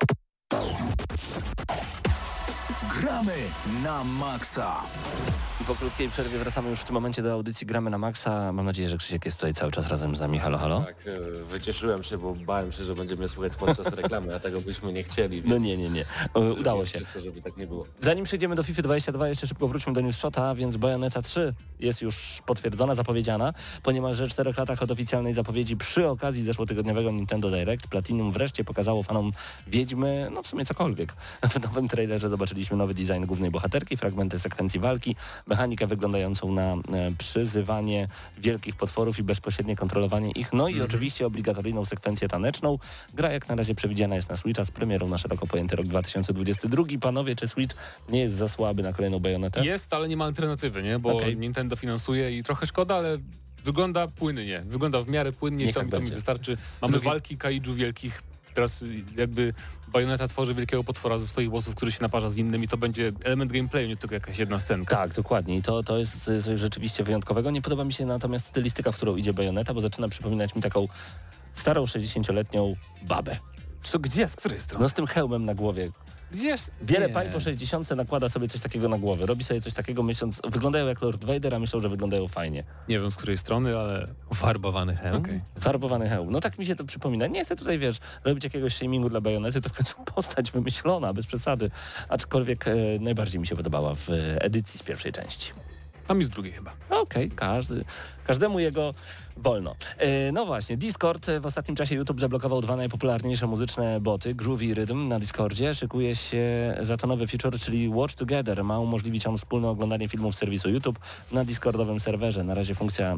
Gramy na Maxa. I po krótkiej przerwie wracamy już w tym momencie do audycji Gramy na Maxa. Mam nadzieję, że Krzysiek jest tutaj cały czas razem z nami. Halo, halo? Tak, wycieszyłem się, bo bałem się, że będziemy słuchać podczas reklamy, a tego byśmy nie chcieli. Więc No nie. Udało się. Wszystko, żeby tak nie było. Zanim przejdziemy do FIFA 22, jeszcze szybko wróćmy do Newsshota, więc Bayonetta 3 jest już potwierdzona, zapowiedziana. Po niemalże 4 latach od oficjalnej zapowiedzi przy okazji zeszłotygodniowego Nintendo Direct Platinum wreszcie pokazało fanom Wiedźmy, no w sumie cokolwiek. W nowym trailerze zobaczyliśmy nowy design głównej bohaterki, fragmenty sekwencji walki, mechanikę wyglądającą na przyzywanie wielkich potworów i bezpośrednie kontrolowanie ich, no i oczywiście obligatoryjną sekwencję taneczną. Gra jak na razie przewidziana jest na Switcha z premierą na szeroko pojęty rok 2022. Panowie, czy Switch nie jest za słaby na kolejną Bayonettę? Jest, ale nie ma alternatywy, nie? Bo Nintendo finansuje i trochę szkoda, ale wygląda płynnie. Wygląda w miarę płynnie, Niech to tak mi będzie. wystarczy. Mamy walki kaiju wielkich teraz jakby Bajoneta tworzy wielkiego potwora ze swoich włosów, który się naparza z innym i to będzie element gameplayu, nie tylko jakaś jedna scenka. Tak, dokładnie. I to jest coś rzeczywiście wyjątkowego. Nie podoba mi się natomiast stylistyka, w którą idzie Bajoneta, bo zaczyna przypominać mi taką starą 60-letnią babę. Co, gdzie? Z której strony? No z tym hełmem na głowie. Gdzież? Wiele Nie. pań po 60 nakłada sobie coś takiego na głowę. Robi sobie coś takiego myśląc, wyglądają jak Lord Vader, a myślą, że wyglądają fajnie. Nie wiem z której strony, ale... Ufarbowany hełm? Okej. Farbowany hełm. No tak mi się to przypomina. Nie chcę tutaj, wiesz, robić jakiegoś shamingu dla Bajonety, to w końcu postać wymyślona, bez przesady. Aczkolwiek najbardziej mi się podobała w edycji z pierwszej części. A mi z drugiej chyba. Okej, każdemu jego wolno. No właśnie, Discord. W ostatnim czasie YouTube zablokował 2 najpopularniejsze muzyczne boty. Groovy i Rhythm na Discordzie. Szykuje się za to nowy feature, czyli Watch Together. Ma umożliwić on wspólne oglądanie filmów z serwisu YouTube na Discordowym serwerze. Na razie funkcja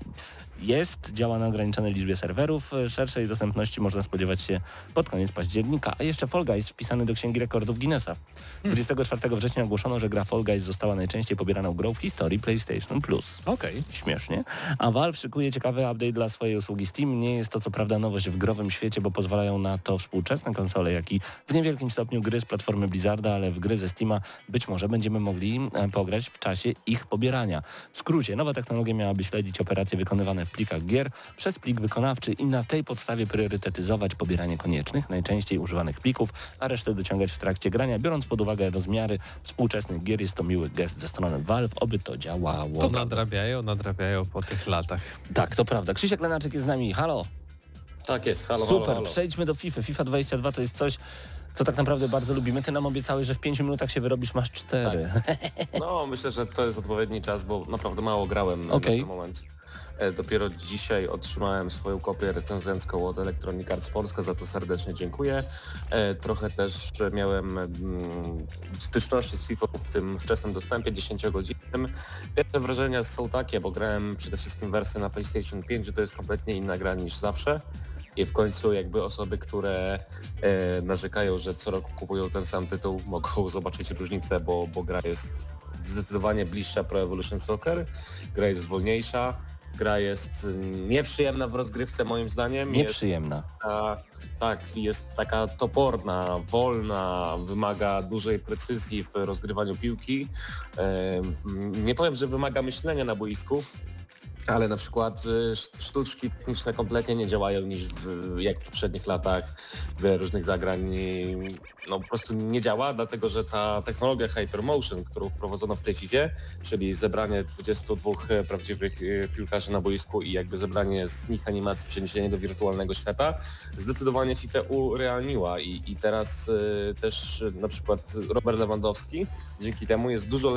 działa na ograniczonej liczbie serwerów. Szerszej dostępności można spodziewać się pod koniec października. A jeszcze Fall Guys wpisany do Księgi Rekordów Guinnessa. 24 września ogłoszono, że gra Fall Guys została najczęściej pobieraną grą w historii PlayStation Plus. Okej. Śmiesznie. A Valve szykuje ciekawy update dla swojej usługi Steam. Nie jest to co prawda nowość w growym świecie, bo pozwalają na to współczesne konsole, jak i w niewielkim stopniu gry z platformy Blizzarda, ale w gry ze Steama być może będziemy mogli pograć w czasie ich pobierania. W skrócie, nowa technologia miałaby śledzić operacje wykonywane w plikach gier przez plik wykonawczy i na tej podstawie priorytetyzować pobieranie koniecznych, najczęściej używanych plików, a resztę dociągać w trakcie grania, biorąc pod uwagę rozmiary współczesnych gier. Jest to miły gest ze strony Valve, oby to działało. To nadrabiają po tych latach. Tak, to prawda. Krzysiek Lenaczyk jest z nami. Halo. Tak jest, halo, Super, halo. przejdźmy do FIFA. FIFA 22 to jest coś, co tak naprawdę bardzo lubimy. Ty nam obiecałeś, że w 5 minutach się wyrobisz, masz 4. No, myślę, że to jest odpowiedni czas, bo naprawdę mało grałem na ten moment. Dopiero dzisiaj otrzymałem swoją kopię recenzencką od Electronic Arts Polska, za to serdecznie dziękuję. Trochę też miałem styczności z FIFA w tym wczesnym dostępie 10-godzinnym. Pierwsze wrażenia są takie, bo grałem przede wszystkim wersję na PlayStation 5, że to jest kompletnie inna gra niż zawsze. I w końcu jakby osoby, które narzekają, że co roku kupują ten sam tytuł, mogą zobaczyć różnicę, bo gra jest zdecydowanie bliższa Pro Evolution Soccer, gra jest wolniejsza, gra jest nieprzyjemna w rozgrywce moim zdaniem. Nieprzyjemna. Jest taka toporna, wolna, wymaga dużej precyzji w rozgrywaniu piłki. Nie powiem, że wymaga myślenia na boisku, ale na przykład sztuczki techniczne kompletnie nie działają jak w poprzednich latach różnych zagrań. No po prostu nie działa, dlatego że ta technologia Hypermotion, którą wprowadzono w tej FIFA, czyli zebranie 22 prawdziwych piłkarzy na boisku i jakby zebranie z nich animacji, przeniesienie do wirtualnego świata, zdecydowanie FIFA urealniła i teraz też na przykład Robert Lewandowski dzięki temu jest dużo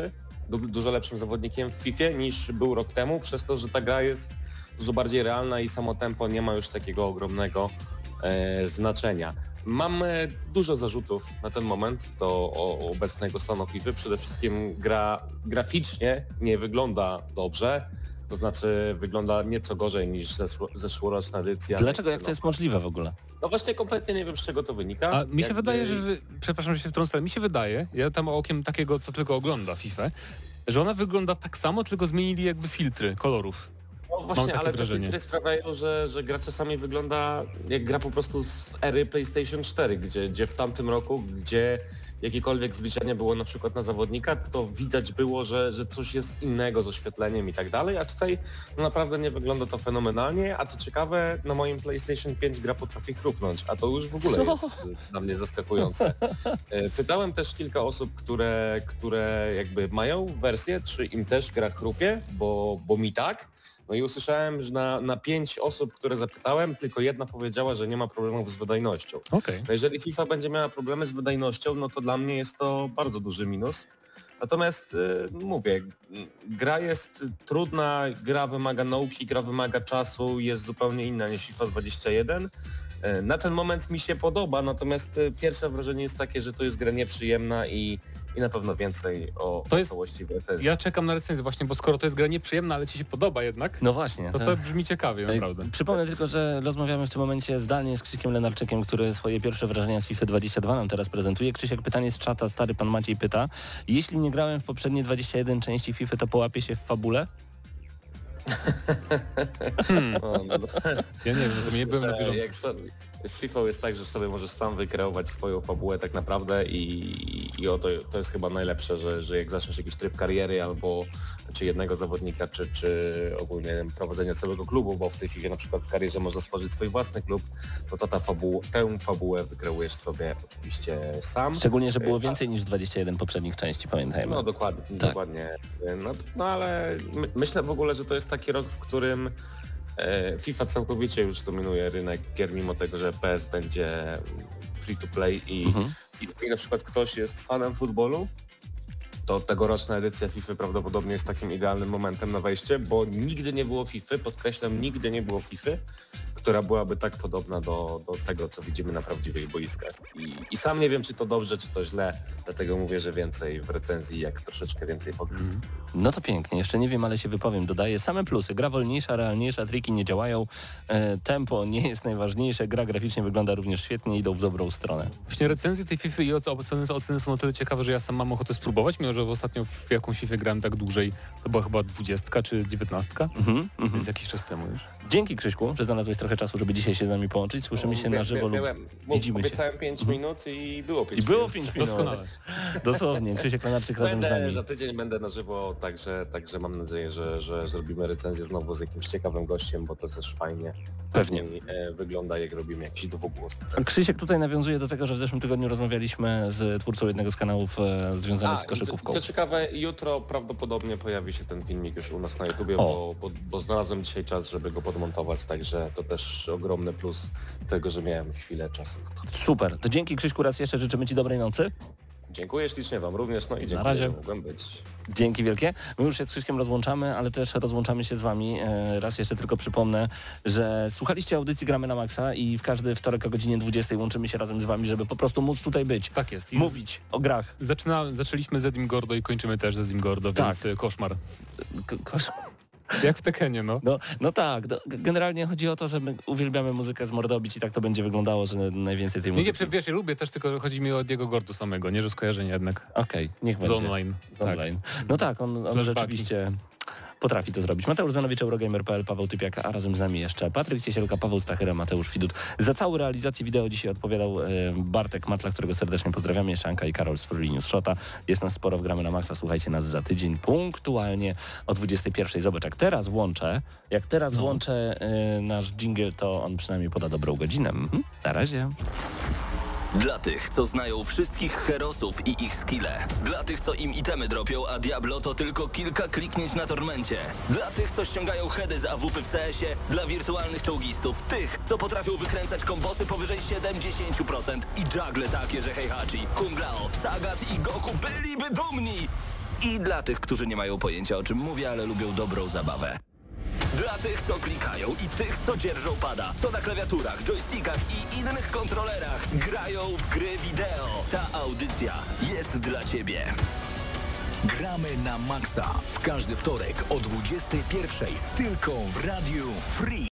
lepszym zawodnikiem w FIFA niż był rok temu, przez to, że ta gra jest dużo bardziej realna i samo tempo nie ma już takiego ogromnego znaczenia. Mam dużo zarzutów na ten moment do obecnego stanu FIFA. Przede wszystkim gra graficznie nie wygląda dobrze, to znaczy wygląda nieco gorzej niż zeszłoroczna edycja. Dlaczego? Jak to jest możliwe w ogóle? No właśnie kompletnie nie wiem, z czego to wynika. A mi się wydaje, że przepraszam, że się wtrącę, ale mi się wydaje, ja tam okiem takiego, co tylko ogląda FIFA, że ona wygląda tak samo, tylko zmienili jakby filtry kolorów. No właśnie, ale te filtry sprawiają, że gra czasami wygląda jak gra po prostu z ery PlayStation 4, gdzie w tamtym roku, gdzie jakiekolwiek zbliżenie było na przykład na zawodnika, to widać było, że coś jest innego z oświetleniem i tak dalej, a tutaj no naprawdę nie wygląda to fenomenalnie, a co ciekawe, na moim PlayStation 5 gra potrafi chrupnąć, a to już w ogóle jest dla mnie zaskakujące. Pytałem też kilka osób, które jakby mają wersję, czy im też gra chrupie, bo mi tak. No i usłyszałem, że na 5 osób, które zapytałem, tylko jedna powiedziała, że nie ma problemów z wydajnością. Okay. No jeżeli FIFA będzie miała problemy z wydajnością, no to dla mnie jest to bardzo duży minus. Natomiast mówię, gra jest trudna, gra wymaga nauki, gra wymaga czasu, jest zupełnie inna niż FIFA 21. Na ten moment mi się podoba, natomiast pierwsze wrażenie jest takie, że to jest gra nieprzyjemna i na pewno więcej o całości. Ja czekam na recenzję właśnie, bo skoro to jest gra nieprzyjemna, ale ci się podoba jednak, no właśnie, to brzmi ciekawie, naprawdę. Przypomnę tylko, że rozmawiamy w tym momencie zdalnie z Krzyśkiem Lenarczykiem, który swoje pierwsze wrażenia z FIFA 22 nam teraz prezentuje. Krzysiek, pytanie z czata, stary pan Maciej pyta, jeśli nie grałem w poprzednie 21 części FIFA, to połapię się w fabule? Ja nie wiem, że nie byłem na bieżąco. Z FIFA jest tak, że sobie możesz sam wykreować swoją fabułę tak naprawdę i to jest chyba najlepsze, że jak zaczniesz jakiś tryb kariery albo czy jednego zawodnika, czy ogólnie prowadzenia całego klubu, bo w tej chwili na przykład w karierze można stworzyć swój własny klub, no to tę fabułę wykreujesz sobie oczywiście sam. Szczególnie, że było więcej niż 21 poprzednich części, pamiętajmy. No dokładnie. No ale myślę w ogóle, że to jest taki rok, w którym FIFA całkowicie już dominuje rynek gier, mimo tego, że PS będzie free to play i na przykład ktoś jest fanem futbolu, to tegoroczna edycja FIFA prawdopodobnie jest takim idealnym momentem na wejście, bo nigdy nie było FIFA, podkreślam, nigdy nie było FIFA, która byłaby tak podobna do tego, co widzimy na prawdziwych boiskach. I sam nie wiem, czy to dobrze, czy to źle, dlatego mówię, że więcej w recenzji, jak troszeczkę więcej pogryw. No to pięknie, jeszcze nie wiem, ale się wypowiem, dodaję same plusy. Gra wolniejsza, realniejsza, triki nie działają, tempo nie jest najważniejsze, gra graficznie wygląda również świetnie, idą w dobrą stronę. Właśnie recenzje tej FIFA i oceny są na tyle ciekawe, że ja sam mam ochotę spróbować, mimo że ostatnio w jakąś FIFA grałem tak dłużej, to była chyba 20 czy 19, więc jakiś czas temu już. Dzięki, Krzyśku, że znalazłeś trochę czasu, żeby dzisiaj się z nami połączyć. Słyszymy się na żywo lub widzimy się. Obiecałem 5 minut i było 5 minut. I było 5 minut. Doskonale. Dosłownie, Krzysiek Konarczyk razem z nami. Za tydzień będę na żywo, także mam nadzieję, że zrobimy recenzję znowu z jakimś ciekawym gościem, bo to też fajnie Pewnie wygląda, jak robimy jakiś dwugłos. Krzysiek tutaj nawiązuje do tego, że w zeszłym tygodniu rozmawialiśmy z twórcą jednego z kanałów związanych z koszykówką. Co ciekawe, jutro prawdopodobnie pojawi się ten filmik już u nas na YouTubie, bo znalazłem dzisiaj czas, żeby go podmontować, także to też ogromny plus tego, że miałem chwilę czasu. Super, to dzięki, Krzyśku, raz jeszcze życzymy Ci dobrej nocy. Dziękuję ślicznie Wam również, no i dziękuję, że mogłem być. Dzięki wielkie. My już się z Krzyśkiem rozłączamy, ale też rozłączamy się z Wami. Raz jeszcze tylko przypomnę, że słuchaliście audycji Gramy na Maxa i w każdy wtorek o godzinie 20 łączymy się razem z Wami, żeby po prostu móc tutaj być. Tak jest. I mówić o grach. Zaczęliśmy z Edim Gordo i kończymy też z Edim Gordo, więc koszmar. Koszmar. Jak w Tekenie, no. No tak, generalnie chodzi o to, że my uwielbiamy muzykę z Mordobić i tak to będzie wyglądało, że najwięcej tej muzyki. Nie, wiesz, ja lubię też, tylko chodzi mi o Diego Gordo samego, nie, że skojarzenie jednak. Okej, niech będzie. Z online. Tak. No tak, on rzeczywiście potrafi to zrobić. Mateusz Zanowicz, Eurogamer.pl, Paweł Typiak, a razem z nami jeszcze Patryk Ciesielka, Paweł Stachyra, Mateusz Widut. Za całą realizację wideo dzisiaj odpowiadał Bartek Matla, którego serdecznie pozdrawiamy, jeszcze Anka i Karol z Free News Shota. Jest nas sporo w Gramy na Maxa, słuchajcie nas za tydzień punktualnie o 21. Zobacz, jak teraz włączę nasz dżingiel, to on przynajmniej poda dobrą godzinę. Na razie. Dla tych, co znają wszystkich herosów i ich skille. Dla tych, co im itemy dropią, a Diablo to tylko kilka kliknięć na tormencie. Dla tych, co ściągają heady z AWP w CS-ie. Dla wirtualnych czołgistów. Tych, co potrafią wykręcać kombosy powyżej 70% i juggle takie, że Heihachi, Kung Lao, Sagat i Goku byliby dumni. I dla tych, którzy nie mają pojęcia, o czym mówię, ale lubią dobrą zabawę. Dla tych, co klikają i tych, co dzierżą pada, co na klawiaturach, joystickach i innych kontrolerach grają w gry wideo. Ta audycja jest dla Ciebie. Gramy na Maxa w każdy wtorek o 21:00 tylko w Radiu Free.